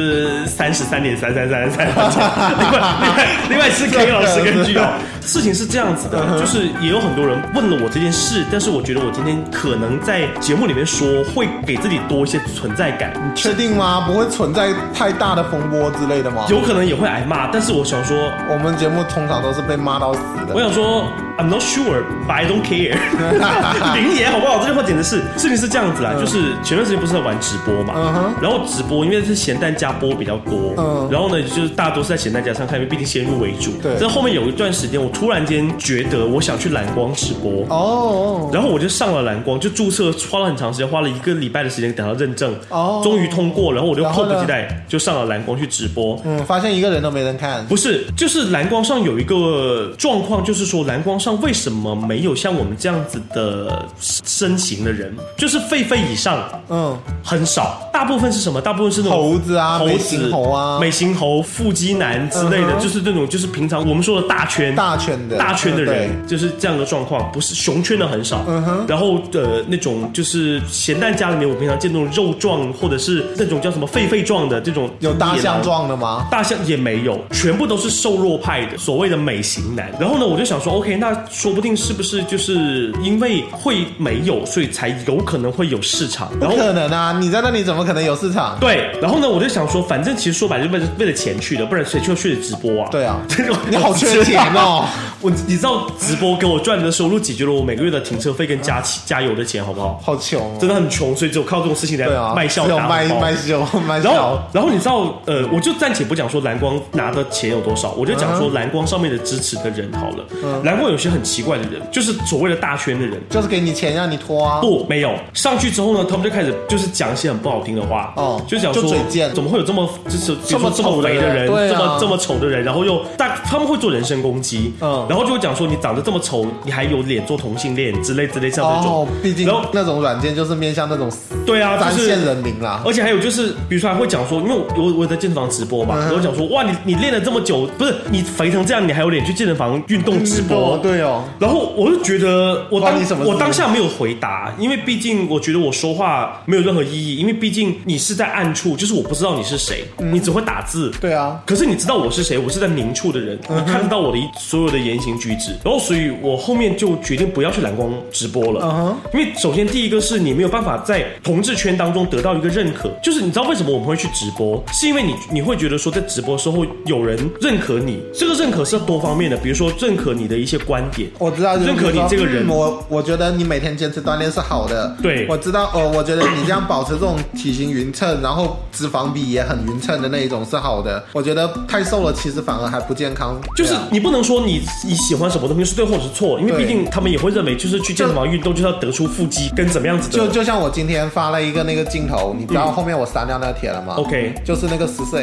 33.333333，另外是 K 老师根据哦。事情是这样子的，就是也有很多人问了我这件事，但是我觉得我今天可能在节目里面说，会给自己多一些存在感。 你确定吗？不会存在太大的风波之类的吗？ 有可能也会挨骂，但是我想说， 我们节目通常都是被骂到死的。 我想说 ，I'm not sure, but I don't care 。零言好不好？这句话简直是，事情是这样子啦，就是前段时间不是在玩直播嘛，然后直播因为是咸蛋加播比较多，然后呢就是大家都是在咸蛋加上看，因为毕竟先入为主。对。但后面有一段时间，我突然间觉得我想去蓝光直播然后我就上了蓝光，就注册，花了很长时间，花了1个礼拜的时间等到认证，终于通过，然后我就迫不及待就上了蓝光去直播。 发现一个人都没人看。 不是，就是蓝光上有一个状况，就是说蓝光上为什么没有像我们这样子的身形的人，就是狒以上，很少，大部分是什么？大部分是那种猴子啊，美型猴啊， 美型猴、腹肌男之类的，就是这种，就是平常我们说的大圈的人，就是这样的状况，不是熊圈的很少。然后那种就是咸蛋家里面，我平常见那种肉状或者是那种叫什么狒状的这种， 有大象状的吗？ 大象也没有，全部都是瘦弱派的，所谓的美型男。然后呢，我就想说 ，OK， 那说不定是不是就是因为会没有，所以才有可能会有市场？ 不可能啊！你在那里怎么可能有市场？ 对。然后呢，我就想说，反正其实说白了就为了钱去的，不然谁去直播啊？ 对啊，你好缺钱哦！ 你知道直播给我赚的收入解决了我每个月的停车费跟加油的钱，好不好？ 好穷哦， 真的很穷，所以只有靠这种事情来卖笑打包。 卖笑。 然后你知道，我就暂且不讲说蓝光拿的钱有多少，我就讲说蓝光上面的支持的人好了。蓝光有些很奇怪的人，就是所谓的大圈的人， 就是给你钱让你拖啊。 不，没有上去之后呢，他们就开始就是讲一些很不好听的话，就讲说怎么会有这么就是这么肥的人，这么丑的人，然后又他们会做人身攻击，然后就会讲说你长得这么丑，你还有脸做同性恋之类像这种。 毕竟那种软件就是面向那种三线人民啦。 而且还有就是，比如说还会讲说，因为我在健身房直播嘛，我讲说哇，你练了这么久，不是你肥成这样，你还有脸去健身房运动直播？ 对哦。 然后我就觉得我当下没有回答，因为毕竟我觉得我说话没有任何意义，因为毕竟你是在暗处，就是我不知道你是谁，你只会打字。 对啊。 可是你知道我是谁，我是在明处的人，你看得到我的所有的言行举止。然后所以我后面就决定不要去蓝光直播了，因为首先第一个是你没有办法在同志圈当中得到一个认可，就是你知道为什么我们会去直播，是因为你会觉得说在直播的时候有人认可你，这个认可是多方面的，比如说认可你的一些观点， 我知道， 认可你这个人， 我觉得你每天坚持锻炼是好的， 对， 我知道，我觉得你这样保持这种体型匀称，然后脂肪比也很匀称的那一种是好的，我觉得太瘦了其实反而还不健康， 就是你不能说你喜欢什么东西是对或者是错，因为毕竟他们也会认为就是去健身房运动就是要得出腹肌跟怎么样子的， 就像我今天发了一个那个镜头，你知道后面我删掉那个帖了吗 ？OK， 就是那个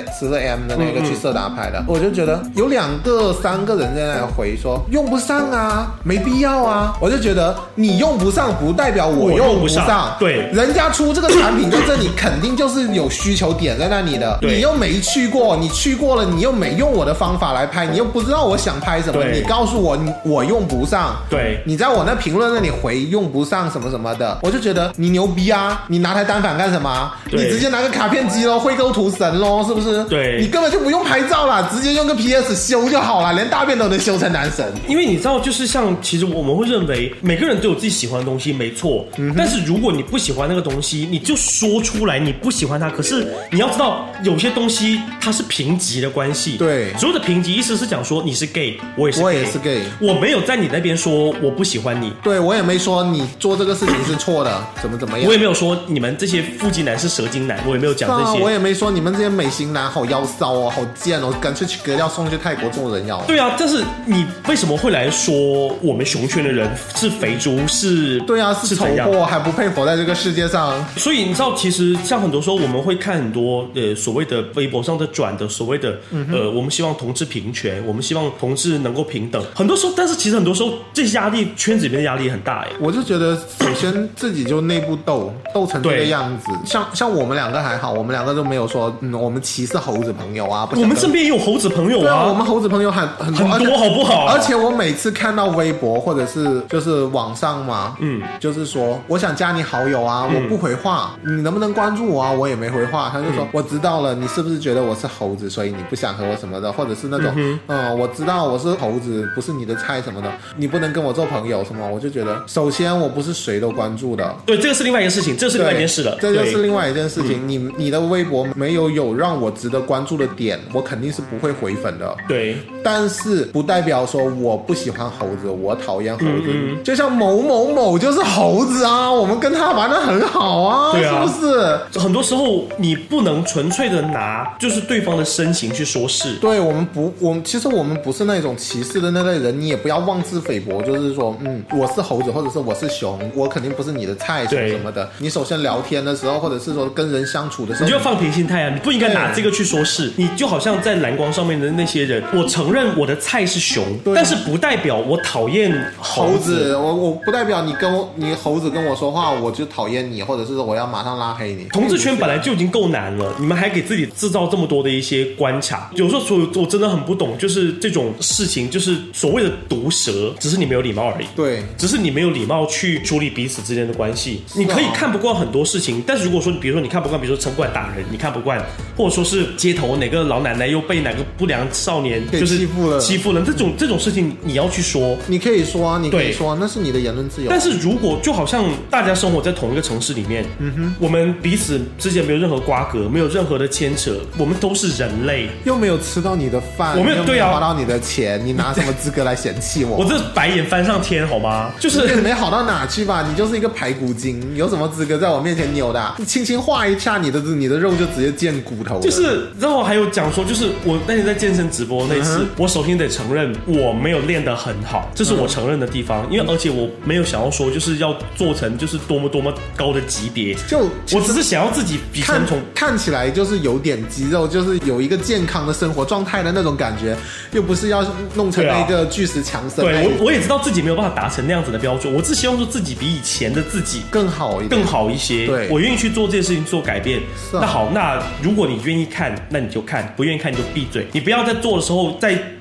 14M 的那个去色达拍的，我就觉得有2个3个人在那回说用不上啊，没必要啊，我就觉得你用不上不代表我用不上， 对， 人家出这个产品在这里肯定就是有需求点在那里的，你又没去过，你去过了，你又没用我的方法来拍，你又不知道我想拍什么，你告诉我我用不上， 对， 你在我那评论那里回用不上什么什么的，我就觉得你牛逼啊，你拿台单反干什么？你直接拿个卡片机咯，绘构图神咯，是不是？ 对， 你根本就不用拍照啦，直接用个 PS 修就好了，连大便都能修成男神。 因为你知道，就是像其实我们会认为每个人都有自己喜欢的东西，没错。但是如果你不喜欢那个东西，你就说出来你不喜欢它。可是你要知道，有些东西它是评级的关系。 对， 所有的评级意思是讲说你是 gay， 我也是 gay， 我没有在你那边说我不喜欢你。 对，我也没说你做这个事情是错的，怎么样。 我也没有说你们这些腹肌男是蛇精男，我也没有讲这些。 我也没说你们这些美型男好妖骚哦，好贱哦，干脆去割掉送去泰国做人妖。 对啊，但是你为什么会来说我们熊圈的人是肥猪？是， 对啊，是丑货，还不配活在这个世界上。 所以你知道，其实像很多时候我们会看很多所谓的微博上的转的所谓的我们希望同志平权，我们希望同志能够平等。很多时候，但是其实很多时候这些压力圈子里面的压力很大哎。 我就觉得，首先自己就内部斗成这个样子。像我们2个还好，我们2个都没有说我们歧视猴子朋友啊。 我们身边也有猴子朋友啊。 对啊，我们猴子朋友很多好不好？ 而且我每次看到微博或者是就是网上嘛，就是说我想加你好友啊，我不回话，你能不能关注我啊？我也没回话，他就说我知道了，你是不是觉得我是猴子，所以你不想和我什么的，或者是那种我知道我是猴子，不是你的菜什么的，你不能跟我做朋友什么。我就觉得，首先我不是谁都关注的， 对，这个是另外一件事情，这是另外一件事了， 这就是另外一件事情。你的微博没有让我值得关注的点，我肯定是不会回粉的。 对， 但是不代表说我不喜欢猴子，我讨厌猴子。就像某某某就是猴子啊，我们跟他玩得很好啊，对啊，是不是？ 很多时候你不能纯粹的拿就是对方的身形去说事。 对，其实我们不是那种歧视的那类人，你也不要妄自菲薄，就是说，我是猴子或者是我是熊，我肯定不是你的菜什么的。你首先聊天的时候，或者是说跟人相处的时候， 你就要放平心态啊，你不应该拿这个去说事。你就好像在蓝光上面的那些人，我承认我的菜是熊，但是不代表我讨厌猴子。 我不代表你猴子跟我说话我就讨厌你，或者是我要马上拉黑你。 同志圈本来就已经够难了，你们还给自己制造这么多的一些关卡。有时候我真的很不懂，就是这种事情，就是所谓的毒舌，只是你没有礼貌而已。 对， 只是你没有礼貌去处理彼此之间的关系。你可以看不惯很多事情，但是如果说比如说你看不惯，比如说城管打人，你看不惯，或者说是街头哪个老奶奶又被哪个不良少年就是欺负了，这种事情你要去说， 你可以说啊，你可以说啊，那是你的言论自由。 但是如果就好像大家生活在同一个城市里面，我们彼此之间没有任何瓜葛，没有任何的牵扯，我们都是人类， 又没有吃到你的饭， 我没有对啊， 花到你的钱，你拿什么资格来嫌弃我？ 我这白眼翻上天好吗？就是也没好到哪去吧，你就是一个排骨精，有什么资格在我面前扭的？你轻轻画一下你的肉就直接见骨头了。 就是然后还有讲说，就是我那天在健身直播那次，我首先得承认我没有练得很好，这是我承认的地方，因为而且我没有想要说就是要做成就是多么高的级别，就我只是想要自己比成从看起来就是有点肌肉，就是有一个健康的生活状态的那种感觉，又不是要弄成那个巨石强森。 对，我也知道自己没有办法达成那样子的标准，我只希望说自己比以前的自己更好一些。 对，我愿意去做这件事情做改变。那好，那如果你愿意看，那你就看；不愿意看你就闭嘴。你不要在做的时候再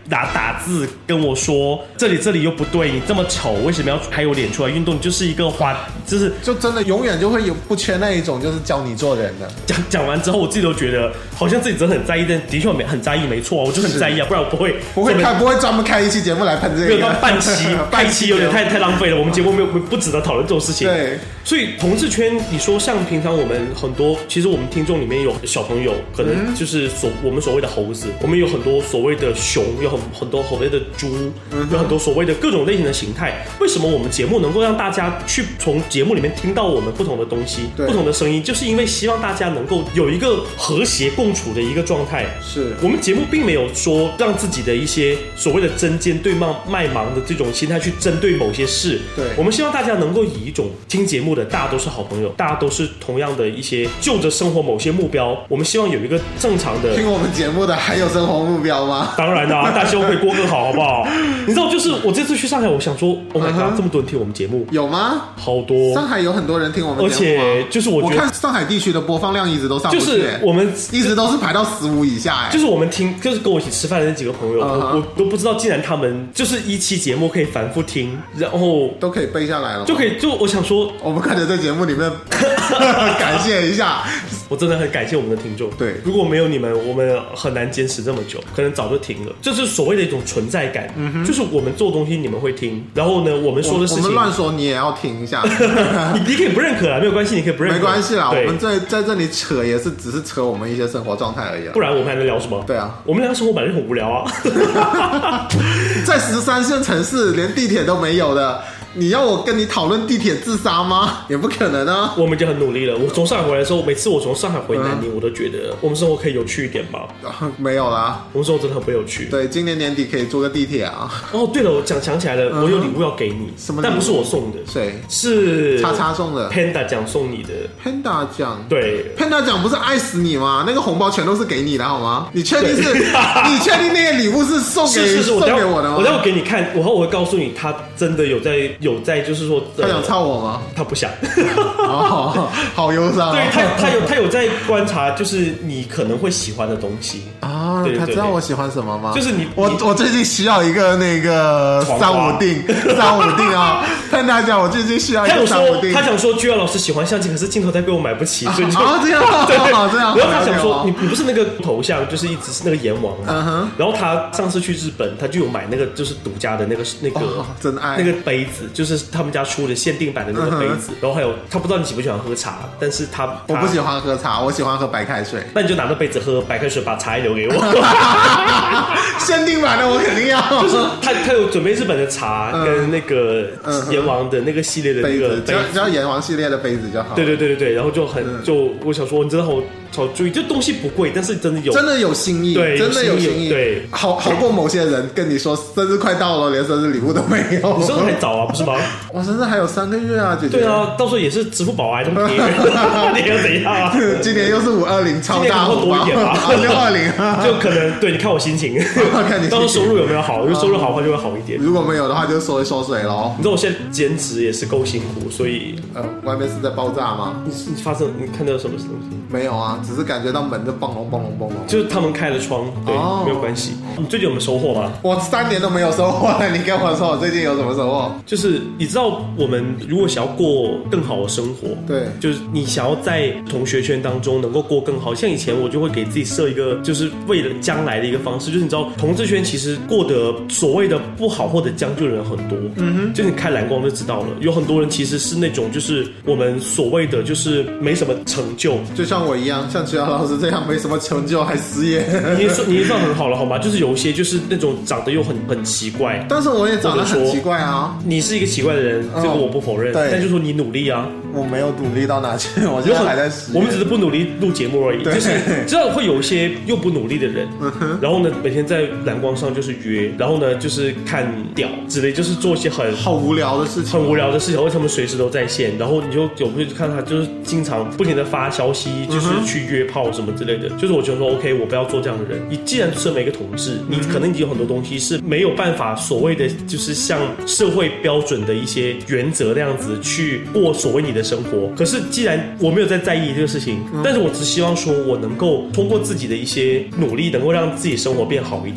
打字跟我说这里又不对，你这么丑，为什么要还有脸出来运动？你就是一个就真的永远就会有不缺那一种就是教你做人的。 讲完之后，我自己都觉得好像自己真的很在意，但的确很在意，没错，我就很在意啊，不然我不会专门开一期节目来喷这个。 没有到半期有点太浪费了。我们节目不值得讨论这种事情。 对， 所以同志圈，你说像平常我们很多，其实我们听众里面有小朋友，可能就是我们所谓的猴子，我们有很多所谓的熊，有很多所谓的猪，有很多所谓的各种类型的形态。为什么我们节目能够让大家去从节目里面听到我们不同的东西，不同的声音，就是因为希望大家能够有一个和谐共处的一个状态。 是我们节目并没有说让自己的一些所谓的针尖对麦芒的这种心态去针对某些事。 对， 我们希望大家能够以一种听节目的大家都是好朋友，大家都是同样的一些就着生活某些目标，我们希望有一个正常的。 听我们节目的还有生活目标吗？ 当然啦，大家希望可以过更好，好不好？你知道，就是我这次去上海，我想说 ，Oh my god， 这么多人听我们节目， 有吗？ 好多， 上海有很多人听我们节目， 而且就是我觉得看上海地区的播放量一直都上不去， 就是我们一直都是排到15以下， 就是我们听，就是跟我一起吃饭的那几个朋友，我都不知道，竟然他们就是一期节目可以反复听，然后都可以背下来了， 就我想说， 我们看着在节目里面感谢一下， 我真的很感谢我们的听众。 对， 如果没有你们，我们很难坚持这么久，可能早就停了。就是所谓的一种存在感，就是我们做东西你们会听，然后呢，我们说的事情， 我们乱说你也要听一下。 你可以不认可啦，没有关系，你可以不认可， 没关系啦。我们在这里扯也是只是扯我们一些生活状态而已， 不然我们还能聊什么？ 对啊， 我们聊生活本来就很无聊啊。 在13线城市连地铁都没有的，你要我跟你讨论地铁自杀吗？也不可能啊！ 我们已经很努力了。我从上海回来的时候，每次我从上海回南宁，我都觉得我们生活可以有趣一点吧。 没有啦， 我们生活真的很不有趣。 对，今年年底可以坐个地铁啊。 哦，对了，我想起来了，我有礼物要给你， 什么？ 但不是我送的， 谁？ 是叉叉送的 Panda 奖送你的。 Panda 奖， 对 ，Panda 奖不是爱死你吗？那个红包全都是给你的好吗？你确定你确定那个礼物是送给我的吗？ 我待会给你看，我会告诉你，他真的有在，就是说。 他想操我吗？ 他不想。 哦，好忧伤。 对他有在观察，就是你可能会喜欢的东西啊。他知道我喜欢什么吗？ 就是我最近需要一个那个356定啊。看他讲，我最近需要一个356定。 他想说，居然老师喜欢相机，可是镜头带被我买不起，所以就这样对这样。 然后他想说，你不是那个头像，就是一直是那个阎王嘛。然后他上次去日本，他就有买那个就是独家的那个真爱那个杯子，就是他们家出的限定版的那个杯子。然后还有他不知道你喜不喜欢喝茶，但是我不喜欢喝茶，我喜欢喝白开水。 那你就拿那杯子喝白开水，把茶留给我。 限定版的我肯定要。 就是他有准备日本的茶跟那个阎王的那个系列的那个杯子， 只要阎王系列的杯子就好。 对，然后就我想说，你真的好注意，这东西不贵，但是真的有心意， 对， 真的有心意， 对， 好过某些人跟你说生日快到了，连生日礼物都没有。 你生日还早啊，不是吗？ 我生日还有3个月啊，姐姐。 对啊，到时候也是支付宝啊，你要怎样啊？ 今年又是520超大红包， 多一点吧 ，620， 就可能对，你看我心情， 看你到时候收入有没有好？如果收入好的话就会好一点， 如果没有的话就缩水咯。 你知道我现在兼职也是够辛苦，所以外面是在爆炸吗？ 你看到什么东西？ 没有啊，只是感觉到门就嘣隆， 就是他们开了窗，对，没有关系。你最近有没有收获吗？ 我3年都没有收获了，你跟我说我最近有什么收获？ 就是你知道，我们如果想要过更好的生活， 对， 就是你想要在同学圈当中能够过更好。像以前我就会给自己设一个，就是为了将来的一个方式，就是你知道，同志圈其实过得所谓的不好或者将就的人很多，就你开蓝光就知道了，有很多人其实是那种就是我们所谓的就是没什么成就， 就像我一样，像曲瑶老师这样没什么成就还失业。 你也算很好了好吗？就是有一些就是那种长得又很奇怪， 但是我也长得很奇怪啊。 你是一个奇怪的人，这个我不否认，但就说你努力啊。 我没有努力到哪去，我现在还在失业。 我们只是不努力录节目而已，就是知道会有一些又不努力的人，然后呢每天在蓝光上就是约，然后呢就是看屌之类，就是做一些好无聊的事情，因为他们随时都在线，然后你就有没有看他就是经常不停的发消息，就是去约炮什么之类的。就是我觉得说 OK， 我不要做这样的人。你既然身为一个同志，你可能已经有很多东西是没有办法所谓的就是像社会标准的一些原则那样子去过所谓你的生活。可是既然我没有在意这个事情，但是我只希望说我能够通过自己的一些努力，能够让自己生活变好一点。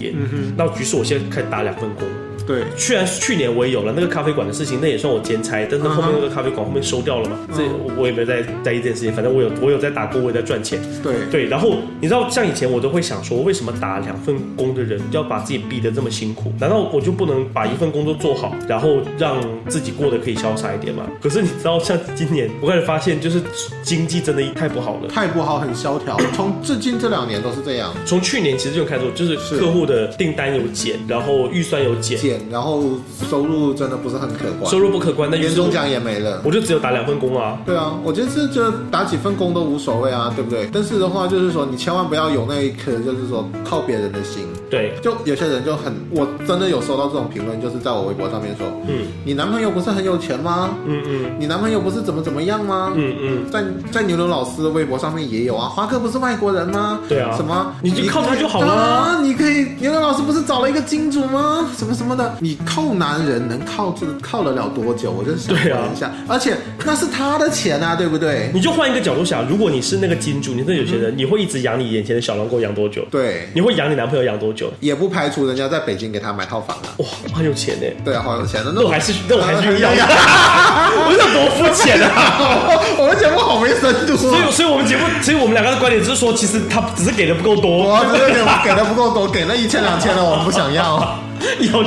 那于是我现在开始打2份工。 对， 虽然去年我也有了那个咖啡馆的事情，那也算我兼差，但是后面那个咖啡馆后面收掉了嘛，这我也没有在意这件事情，反正我有在打工，我也在赚钱。对，然后你知道，像以前我都会想说，为什么打2份工的人要把自己逼得这么辛苦？难道我就不能把1份工作做好，然后让自己过得可以潇洒一点吗？可是你知道，像今年我开始发现，就是经济真的太不好了， 太不好，很萧条。从至今这2年都是这样。 从去年其实就开始做，就是客户的订单有减，然后预算有减。 然后收入真的不是很可观， 收入不可观，那年终奖也没了， 我就只有打2份工啊。 对啊，我觉得就打几份工都无所谓啊，对不对？但是的话，就是说你千万不要有那一颗就是说靠别人的心。 对， 就有些人就很，我真的有收到这种评论，就是在我微博上面说，你男朋友不是很有钱吗？你男朋友不是怎么样吗？在牛牛老师的微博上面也有啊，华哥不是外国人吗？ 对啊， 什么你就靠他就好了啊， 你可以，牛牛老师不是找了一个金主吗？什么的，你靠男人能靠得了多久？我就想问一下，而且那是他的钱啊，对不对？ 你就换一个角度想，如果你是那个金主，你是有钱人，你会一直养你眼前的小狼狗养多久？ 对， 你会养你男朋友养多久？ 也不排除人家在北京给他买套房啊。 哇，很有钱哎。 对啊，好有钱的。 那我还是要，我想多肤浅啊！ 我们节目好没深度。 所以我们节目，其实我们2个的观点只是说，其实他只是给的不够多， 我只是给的不够多，给那1000、2000的我们不想要。 要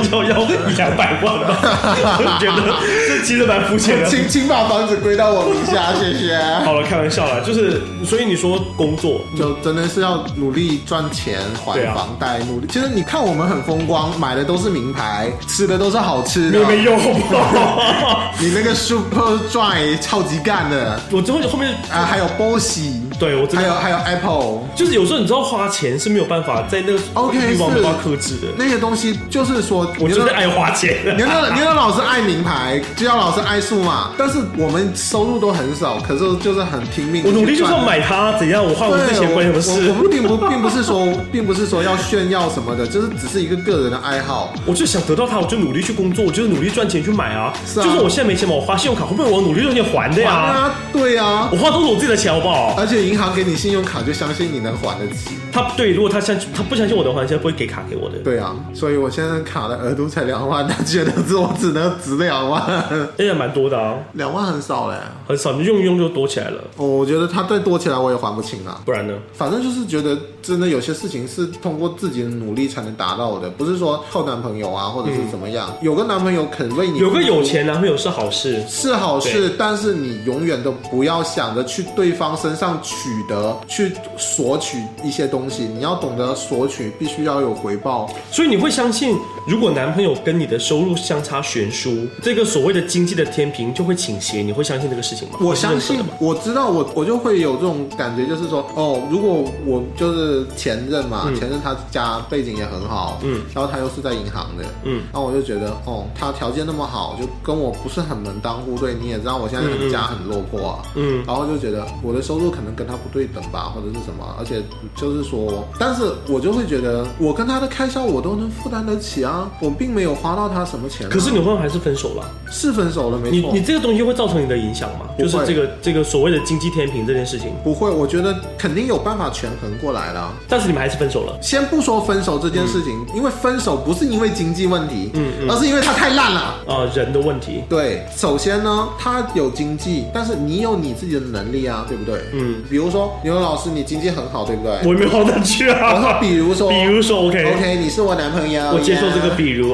200万吧，我觉得这其实蛮肤浅的。 请把房子归到我名下，谢谢。 好了，开玩笑啦，就是所以你说工作就真的是要努力赚钱还房贷，努力。其实你看我们很风光，买的都是名牌，吃的都是好吃的， 没有好不好？ 你那个 Super Dry 超级干的， 我之后面还有 Bossy， 对我还有 Apple， 就是有时候你知道花钱是没有办法在那个欲望没办法克制的， 那些东西就是说， 我就是爱花钱。 牛牛老师爱名牌，就要老师爱数码，但是我们收入都很少，可是就是很拼命。 我努力就是要买它，怎样？我花我这钱关什么事？ 我们并不是说要炫耀什么的，就是只是一个个人的爱好。 我就想得到它，我就努力去工作，我就是努力赚钱去买啊。是啊，就是我现在没钱嘛，我花信用卡，后面我努力赚钱还的呀。 对啊， 我花都是我自己的钱，好不好？ 而且银行给你信用卡，就相信你能还得起。 如果他不相信我的还，现在不会给卡给我的。 对啊，所以我现在卡的额度才2万，他觉得我只能值2万， 也蛮多的啊。 2万很少嘞， 很少，你用一用就多起来了。 我觉得他再多起来我也还不清啊。 不然呢？ 反正就是觉得真的有些事情是通过自己的努力才能达到的，不是说靠男朋友啊，或者是怎么样。有个男朋友肯为你， 有个有钱男朋友是好事， 是好事，但是你永远都不要想着去对方身上去索取一些东西，你要懂得索取，必须要有回报。 所以你会相信，如果男朋友跟你的收入相差悬殊，这个所谓的经济的天平就会倾斜，你会相信这个事情吗？ 我相信，我知道，我就会有这种感觉，就是说，如果我就是前任嘛，前任他家背景也很好，然后他又是在银行的，然后我就觉得，他条件那么好，就跟我不是很门当户对。你也知道，我现在家很落魄啊，然后就觉得我的收入可能跟他不对等吧，或者是什么，而且就是说，但是我就会觉得，我跟他的开销我都能负担得起啊，我并没有花到他什么钱。 可是你朋友还是分手了， 是分手了，没错。 你这个东西会造成你的影响吗？就是这个所谓的经济天平这件事情， 不会，我觉得肯定有办法权衡过来了。 但是你们还是分手了。 先不说分手这件事情，因为分手不是因为经济问题，而是因为他太烂了人的问题。对， 首先呢，他有经济，但是你有你自己的能力啊，对不对？比如说牛老师，你经济很好，对不对？ 我没有好哪去啊。 我说，比如说 OK， 你是我男朋友， 我接受这个比如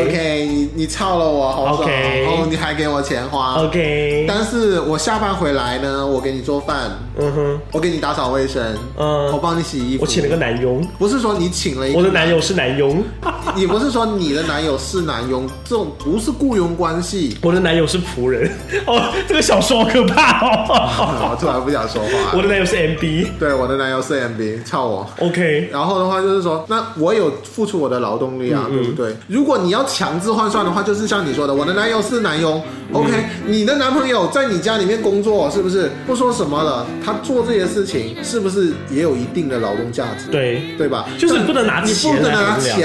OK， 你操了我，好爽，你还给我钱花 OK， 但是我下班回来呢，我给你做饭，我给你打扫卫生，我帮你洗衣服， 我请了个男佣， 不是说你请了一个， 我的男友是男佣， 也不是说你的男友是男佣，这种不是雇佣关系， 我的男友是仆人。这个小说好可怕我突然不想说话。 我的男友是 MB， 对，我的男友是 MB， 操我 OK。 然后的话就是说，那我有付出我的劳动力啊，对不对？如果你要强制换算的话，就是像你说的，我的男友是男佣，OK，你的男朋友在你家里面工作，是不是？不说什么了，他做这些事情是不是也有一定的劳动价值？ 对吧？ 就是不能拿钱来衡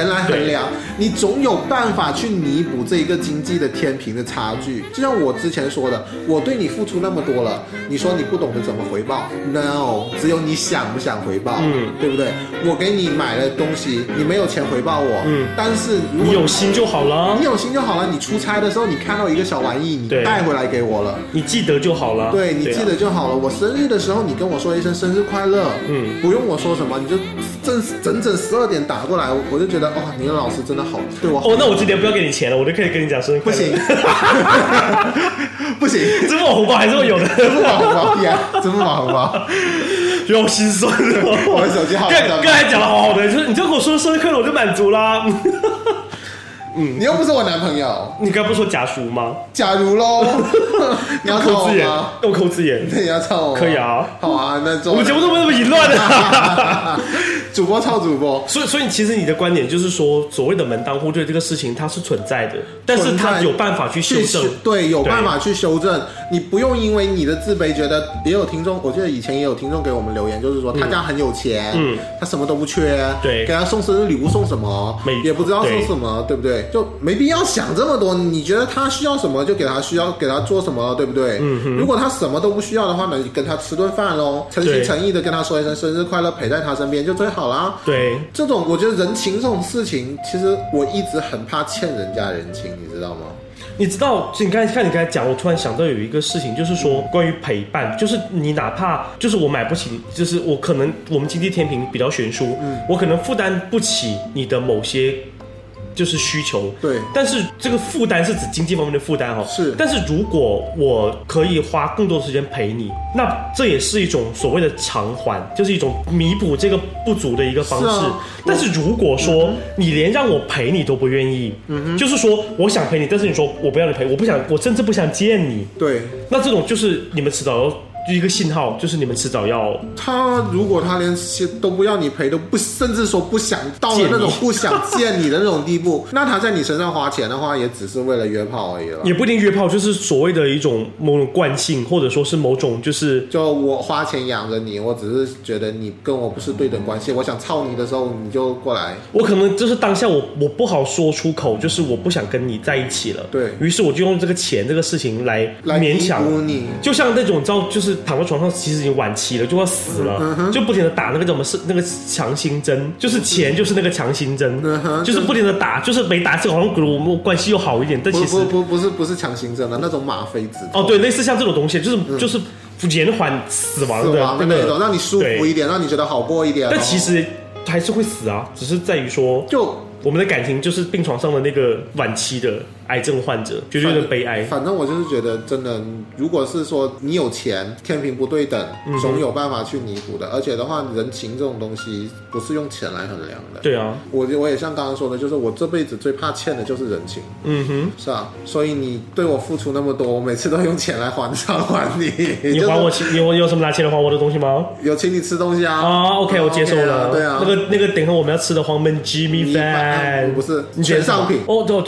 量，你总有办法去弥补这一个经济的天平的差距。就像我之前说的，我对你付出那么多了，你说你不懂得怎么回报 ？No， 只有你想不想回报，对不对？我给你买了东西，你没有钱回报我，但是如果你有心就好了， 你有心就好了。你出差的时候，你看到一个小玩意，你带回来给我了， 你记得就好了。 对，你记得就好了。我生日的时候，你跟我说一声生日快乐，不用我说什么，你就整12点打过来，我就觉得你的老师真的好，对我好。 那我今天不要给你钱了，我就可以跟你讲生日快乐。 不行，不行， 支付宝红包还是会有的， 支付宝红包呀，支付宝红包。 有心酸的， 我的手机号。 刚才讲的好好的，就是你就跟我说生日快乐，我就满足啦。 你又不是我男朋友， 你刚不是说假如吗？ 假如咯，你要抄我吗？ 用口字眼， 你要抄我吗？ 可以啊， 好啊，那我们节目都没那么淫乱的。 主播抄主播， 所以其实你的观点就是说，所谓的门当户对这个事情它是存在的，但是它有办法去修正， 对，有办法去修正。你不用因为你的自卑，觉得也有听众，我记得以前也有听众给我们留言，就是说他家很有钱，他什么都不缺， 对， 给他送生日礼物送什么，也不知道送什么，对不对？就没必要想这么多。你觉得他需要什么就给他做什么，对不对？如果他什么都不需要的话，那你跟他吃顿饭咯，诚心诚意的跟他说一声生日快乐，陪在他身边就最好啦。 对， 这种我觉得人情这种事情，其实我一直很怕欠人家人情，你知道吗？ 你知道，你刚才讲，我突然想到有一个事情，就是说关于陪伴，就是你哪怕就是我买不起，就是我可能我们经济天平比较悬殊，我可能负担不起你的某些就是需求， 对， 但是这个负担是指经济方面的负担哈， 是。 但是如果我可以花更多的时间陪你，那这也是一种所谓的偿还，就是一种弥补这个不足的一个方式。但是如果说你连让我陪你都不愿意，就是说我想陪你，但是你说我不要你陪，我不想，我甚至不想见你， 对， 那这种就是你们迟早要。一个信号就是你们迟早要他，如果他连都不要你陪，都不甚至说不想到了那种不想见你的那种地步，那他在你身上花钱的话，也只是为了约炮而已了。 也不一定约炮，就是所谓的一种某种惯性，或者说是某种就我花钱养着你，我只是觉得你跟我不是对等关系，我想操你的时候你就过来。 我可能就是当下我不好说出口，就是我不想跟你在一起了。 对， 于是我就用这个钱这个事情来勉强你， 就像那种你知道，就是躺在床上其实已经晚期了，就要死了，就不停的打那个怎么是那个强心针，就是钱就是那个强心针，就是不停的打，就是没打这个好像我们关系又好一点，但其实不是强心针的那种吗啡止痛。 对，类似像这种东西，就是延缓死亡的那种，让你舒服一点，让你觉得好过一点。 但其实还是会死啊，只是在于说我们的感情就是病床上的那个晚期的癌症患者，就觉得悲哀。 反正我就是觉得，真的，如果是说你有钱，天平不对等，总有办法去弥补的。而且的话，人情这种东西不是用钱来衡量的。 对啊， 我也像刚刚说的，就是我这辈子最怕欠的就是人情。是啊，所以你对我付出那么多，我每次都用钱来还你。 你还我钱，你有什么拿钱来还我的东西吗？ 有请你吃东西啊。 OK， 我接受了。 对啊， 那个等会我们要吃的黄焖鸡米饭。 不是全商品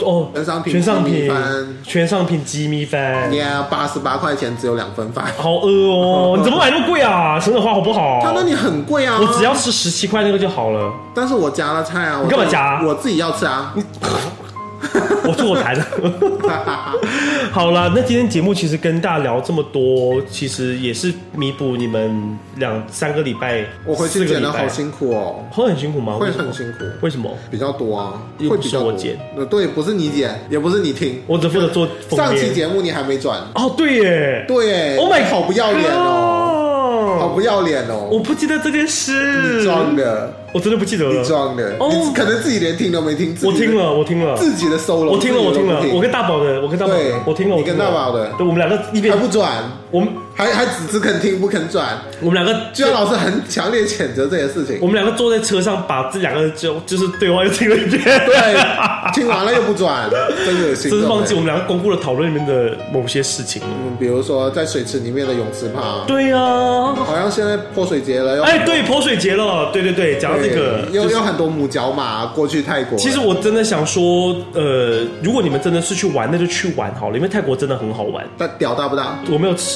全商品鸡米饭 ，88块钱只有2份饭， 好饿哦！你怎么买那么贵啊？省省花好不好？ 他那里很贵啊， 我只要吃17块那个就好了。 但是我加了菜啊， 你干嘛加？ 我自己要吃啊。 我坐台的。好了，那今天节目其实跟大家聊这么多，其实也是弥补你们2-3个礼拜。 我回去剪得好辛苦哦。 会很辛苦吗？ 会很辛苦。 为什么？ 比较多啊， 会比较多。我剪。 对，不是你剪，也不是你听， 我只负责做封面。 上期节目你还没转。 对耶。 对耶。 Oh my， 好不要脸哦。好不要脸哦。 我不记得这件事。 你装的。 我真的不记得了。 你装的。你可能自己连听都没听。 我听了。自己的 solo。 我听了。我跟大宝的。 对， 我听了。 你跟大宝的。 对，我们两个一边还不转， 我们还只肯听不肯转。 我们两个居然老师很强烈谴责这些事情。 我们两个坐在车上，把这两个就是对话又听了一遍。 对，听完了又不转，真恶心。 真是忘记我们两个巩固了讨论里面的某些事情。 比如说在水池里面的泳池趴。 对呀。 好像现在泼水节了。 对，泼水节了。对，讲到这个， 有很多母角马过去泰国。 其实我真的想说，如果你们真的是去玩，那就去玩好了，因为泰国真的很好玩。 但屌大不大？ 我没有吃， 是不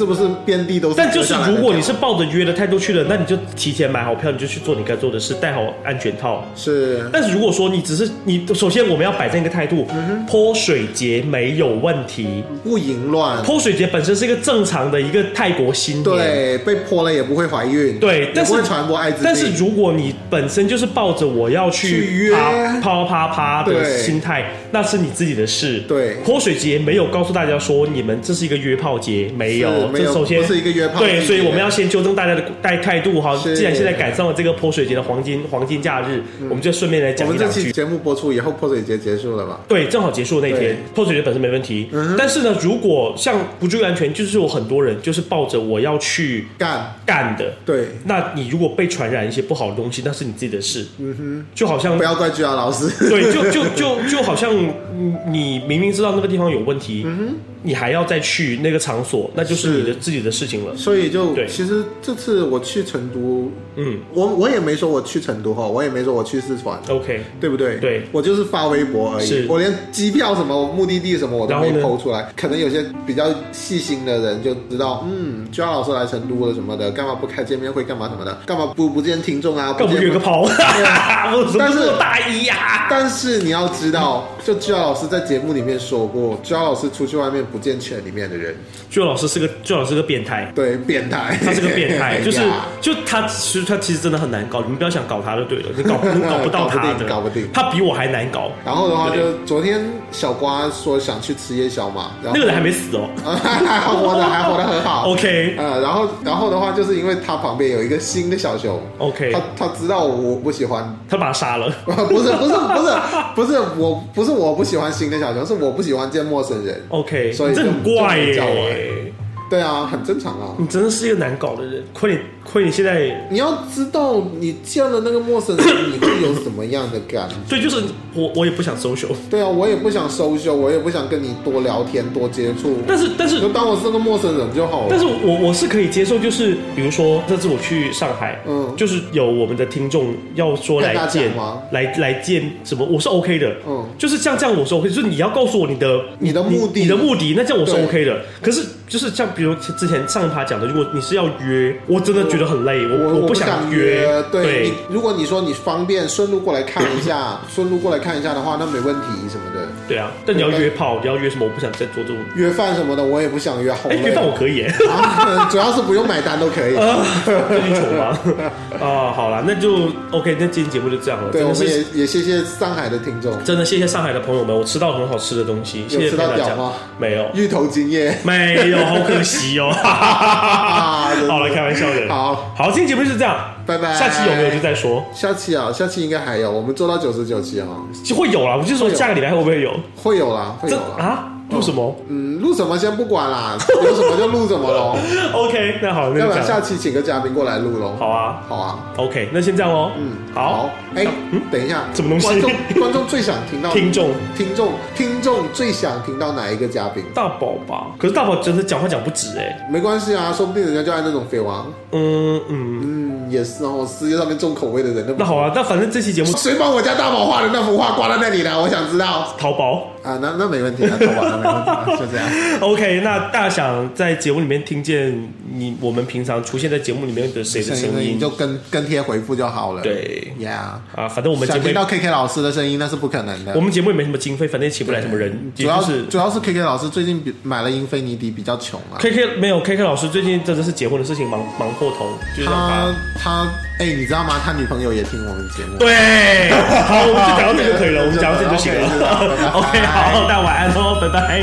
不是遍地都是？ 但就是如果你是抱着约的态度去的，那你就提前买好票，你就去做你该做的事，戴好安全套。 是。 但是如果说你只是首先我们要摆正一个态度，泼水节没有问题， 不淫乱。 泼水节本身是一个正常的一个泰国新年， 对，被泼了也不会怀孕， 对，但是也不会传播艾滋病。 但是如果你本身就是抱着我要去啪的心态，那是你自己的事。 对， 泼水节没有告诉大家说你们这是一个约炮节，没有，这首先不是一个约炮节。 对，所以我们要先纠正大家的态度哈。既然现在赶上了这个泼水节的黄金假日，我们就顺便来讲一两句。 我们这期节目播出以后，泼水节结束了吧？ 对，正好结束的那天，泼水节本身没问题。但是呢，如果像不注意安全，就是有很多人就是抱着我要去干的， 对， 那你如果被传染一些不好的东西，那是你自己的事。就好像不要怪居瑶老师。 对，就好像你明明知道那个地方有问题，你还要再去那个场所，那就是你的自己的事情了。 所以其实这次我去成都，我也没说我去成都哈，我也没说我去四川 ，OK， 对不对？ 对， 我就是发微博而已，我连机票什么、目的地什么我都没 po 出来。可能有些比较细心的人就知道，居瑶老师来成都了什么的，干嘛不开见面会，干嘛什么的，干嘛不见听众啊？ 干嘛约个炮？ 但是大一呀， 但是你要知道，就居瑶老师在节目里面说过，居瑶老师出去外面不见圈里面的人。居瑶老师是个变态，对，变态， 他是个变态，他其实真的很难搞，你们不要想搞他就对了，你搞不到他的， 搞不定， 他比我还难搞。 然后的话，就昨天小瓜说想去吃夜宵嘛， 那个人还没死哦， 还活得很好。 OK， 然后的话，就是因为他旁边有一个新的小熊 ，OK， 他知道我不喜欢， 他把他杀了。 不是我不喜欢新的小熊，是我不喜欢见陌生人。 OK， 所以这很怪耶。 对啊，很正常啊。 你真的是一个难搞的人，亏你现在。 你要知道，你见了那个陌生人，你会有什么样的感觉？ 对，就是我也不想 social。对啊，我也不想 social，我也不想跟你多聊天、多接触。 但是， 就当我是个陌生人就好了。 但是我是可以接受，就是比如说这次我去上海，就是有我们的听众要说来见吗？来见什么？我是 OK 的，就是像这样我是 OK， 就是你要告诉我你的目的，那这样我是 OK 的。可是就是像比如之前上一趴讲的，如果你是要约，我真的觉得很累，我不想约。 对，如果你说你方便顺路过来看一下，的话，那没问题什么的。 对啊，但你要约炮，你要约什么？我不想再做这种约饭什么的，我也不想约。 约饭我可以主要是不用买单都可以。 最近穷吗？好啦，那就 OK， 那今天节目就这样了。 对，我们也谢谢上海的听众， 真的谢谢上海的朋友们，我吃到很好吃的东西。谢谢大家。没有芋头精液， 没有，好可惜哦。好了，开玩笑的。好，今天节目就是这样， 拜拜。 下期有没有就再说。 下期应该还有，我们做到99期就会有啦。我就说下个礼拜会不会有？ 会有啦啊。录什么？ 录什么先不管啦，有什么就录什么咯。 OK， 那好，那要不然下期请个嘉宾过来录咯。 好啊。OK， 那先这样咯。好。 等一下， 什么东西？ 观众最想听到听众最想听到哪一个嘉宾？ 大宝吧。可是大宝真的讲话讲不直没关系啊，说不定人家就爱那种废话。也是哦，世界上面重口味的人都。 那好啊，那反正这期节目谁帮我家大宝画的那幅画挂在那里的？我想知道。 淘宝啊，那没问题啊，淘宝那没问题，就这样。 OK， 那大家想在节目里面听见我们平常出现在节目里面的谁的声音， 你就跟贴回复就好了。 对呀， 反正我们节目想听到 KK 老师的声音那是不可能的。 我们节目也没什么经费，反正也请不来什么人。 主要是 KK 老师最近买了英菲尼迪，比较穷啊。 KK 老师最近真的是结婚的事情忙破头，就是他你知道吗？他女朋友也听我们节目。 对，好，我们就讲到这就可以了，我们讲到这就行了。OK， 好，大家晚安哦，拜拜。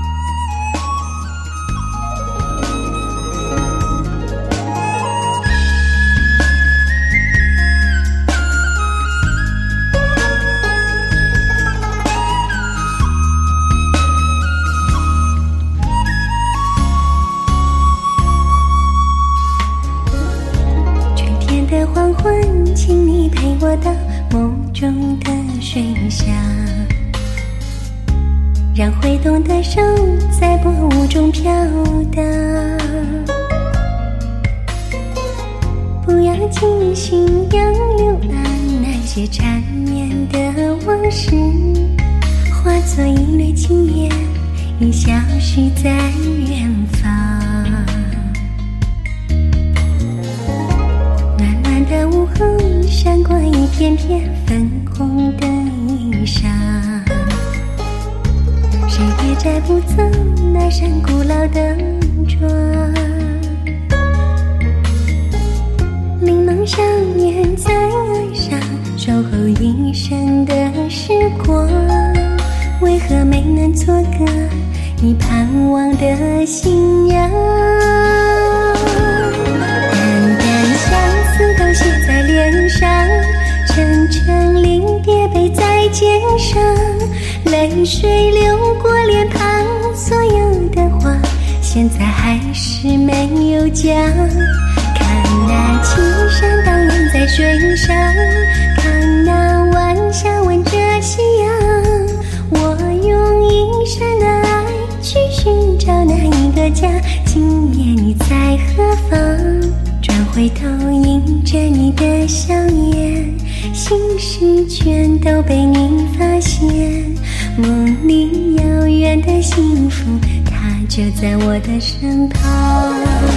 黄昏，请你陪我到梦中的水下，让挥动的手在波舞中飘荡，不要惊醒杨柳岸那些缠绵的往事，化作一缕青烟，已消失在远方。 闪过一片片粉红的衣裳，谁也摘不走那扇古老的窗。柠檬少年在岸上守候一生的时光，为何没能做个你盼望的新娘？淡淡相思都写在脸上，层层临别背在肩上，泪水流过脸庞，所有的话现在还是没有讲。看那青山荡漾在水上，看那晚霞吻着夕阳，我用一生的爱去寻找那一个家，今夜你在何方？转回头迎着你的笑颜，心事全都被你发现，梦里遥远的幸福，它就在我的身旁。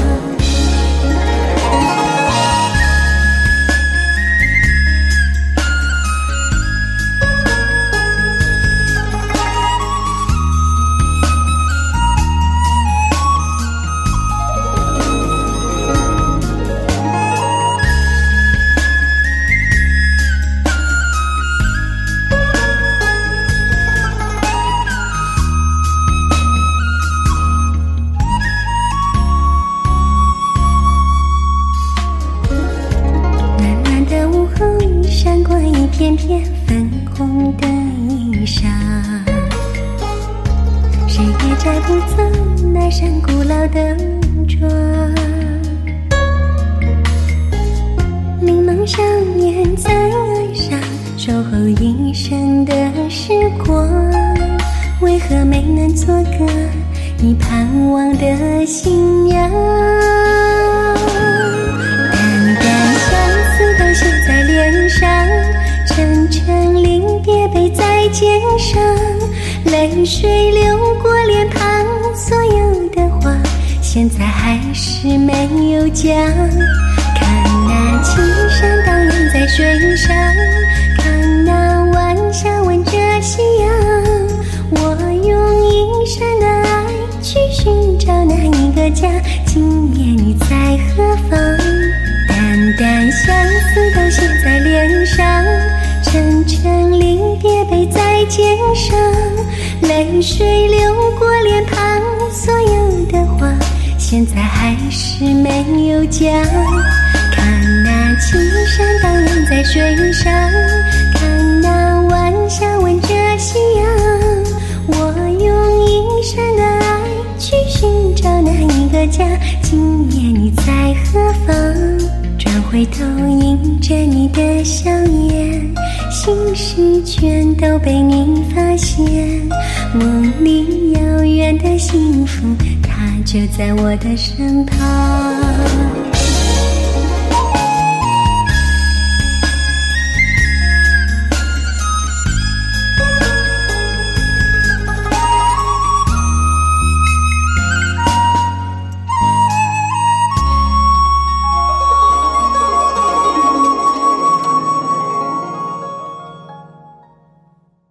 片片粉红的衣裳，谁也摘不走那扇古老的窗。柠檬少年在岸上守候一生的时光，为何没能做个你盼望的新娘？淡淡相思都写在脸上，层层临别背在肩上，泪水流过脸庞，所有的话现在还是没有讲。看那青山荡漾在水上，看那晚霞吻着夕阳，我用一生的爱去寻找那一个家，今夜你在何方？淡淡相思都写在脸上，层层临别背在肩上，泪水流过脸庞，所有的话现在还是没有讲。看那青山荡漾在水上，看那晚霞吻着夕阳，我用一生的爱去寻找那一个家，今夜你在何方？转回头迎着你的笑颜，心事全都被你发现，梦里遥远的幸福，它就在我的身旁。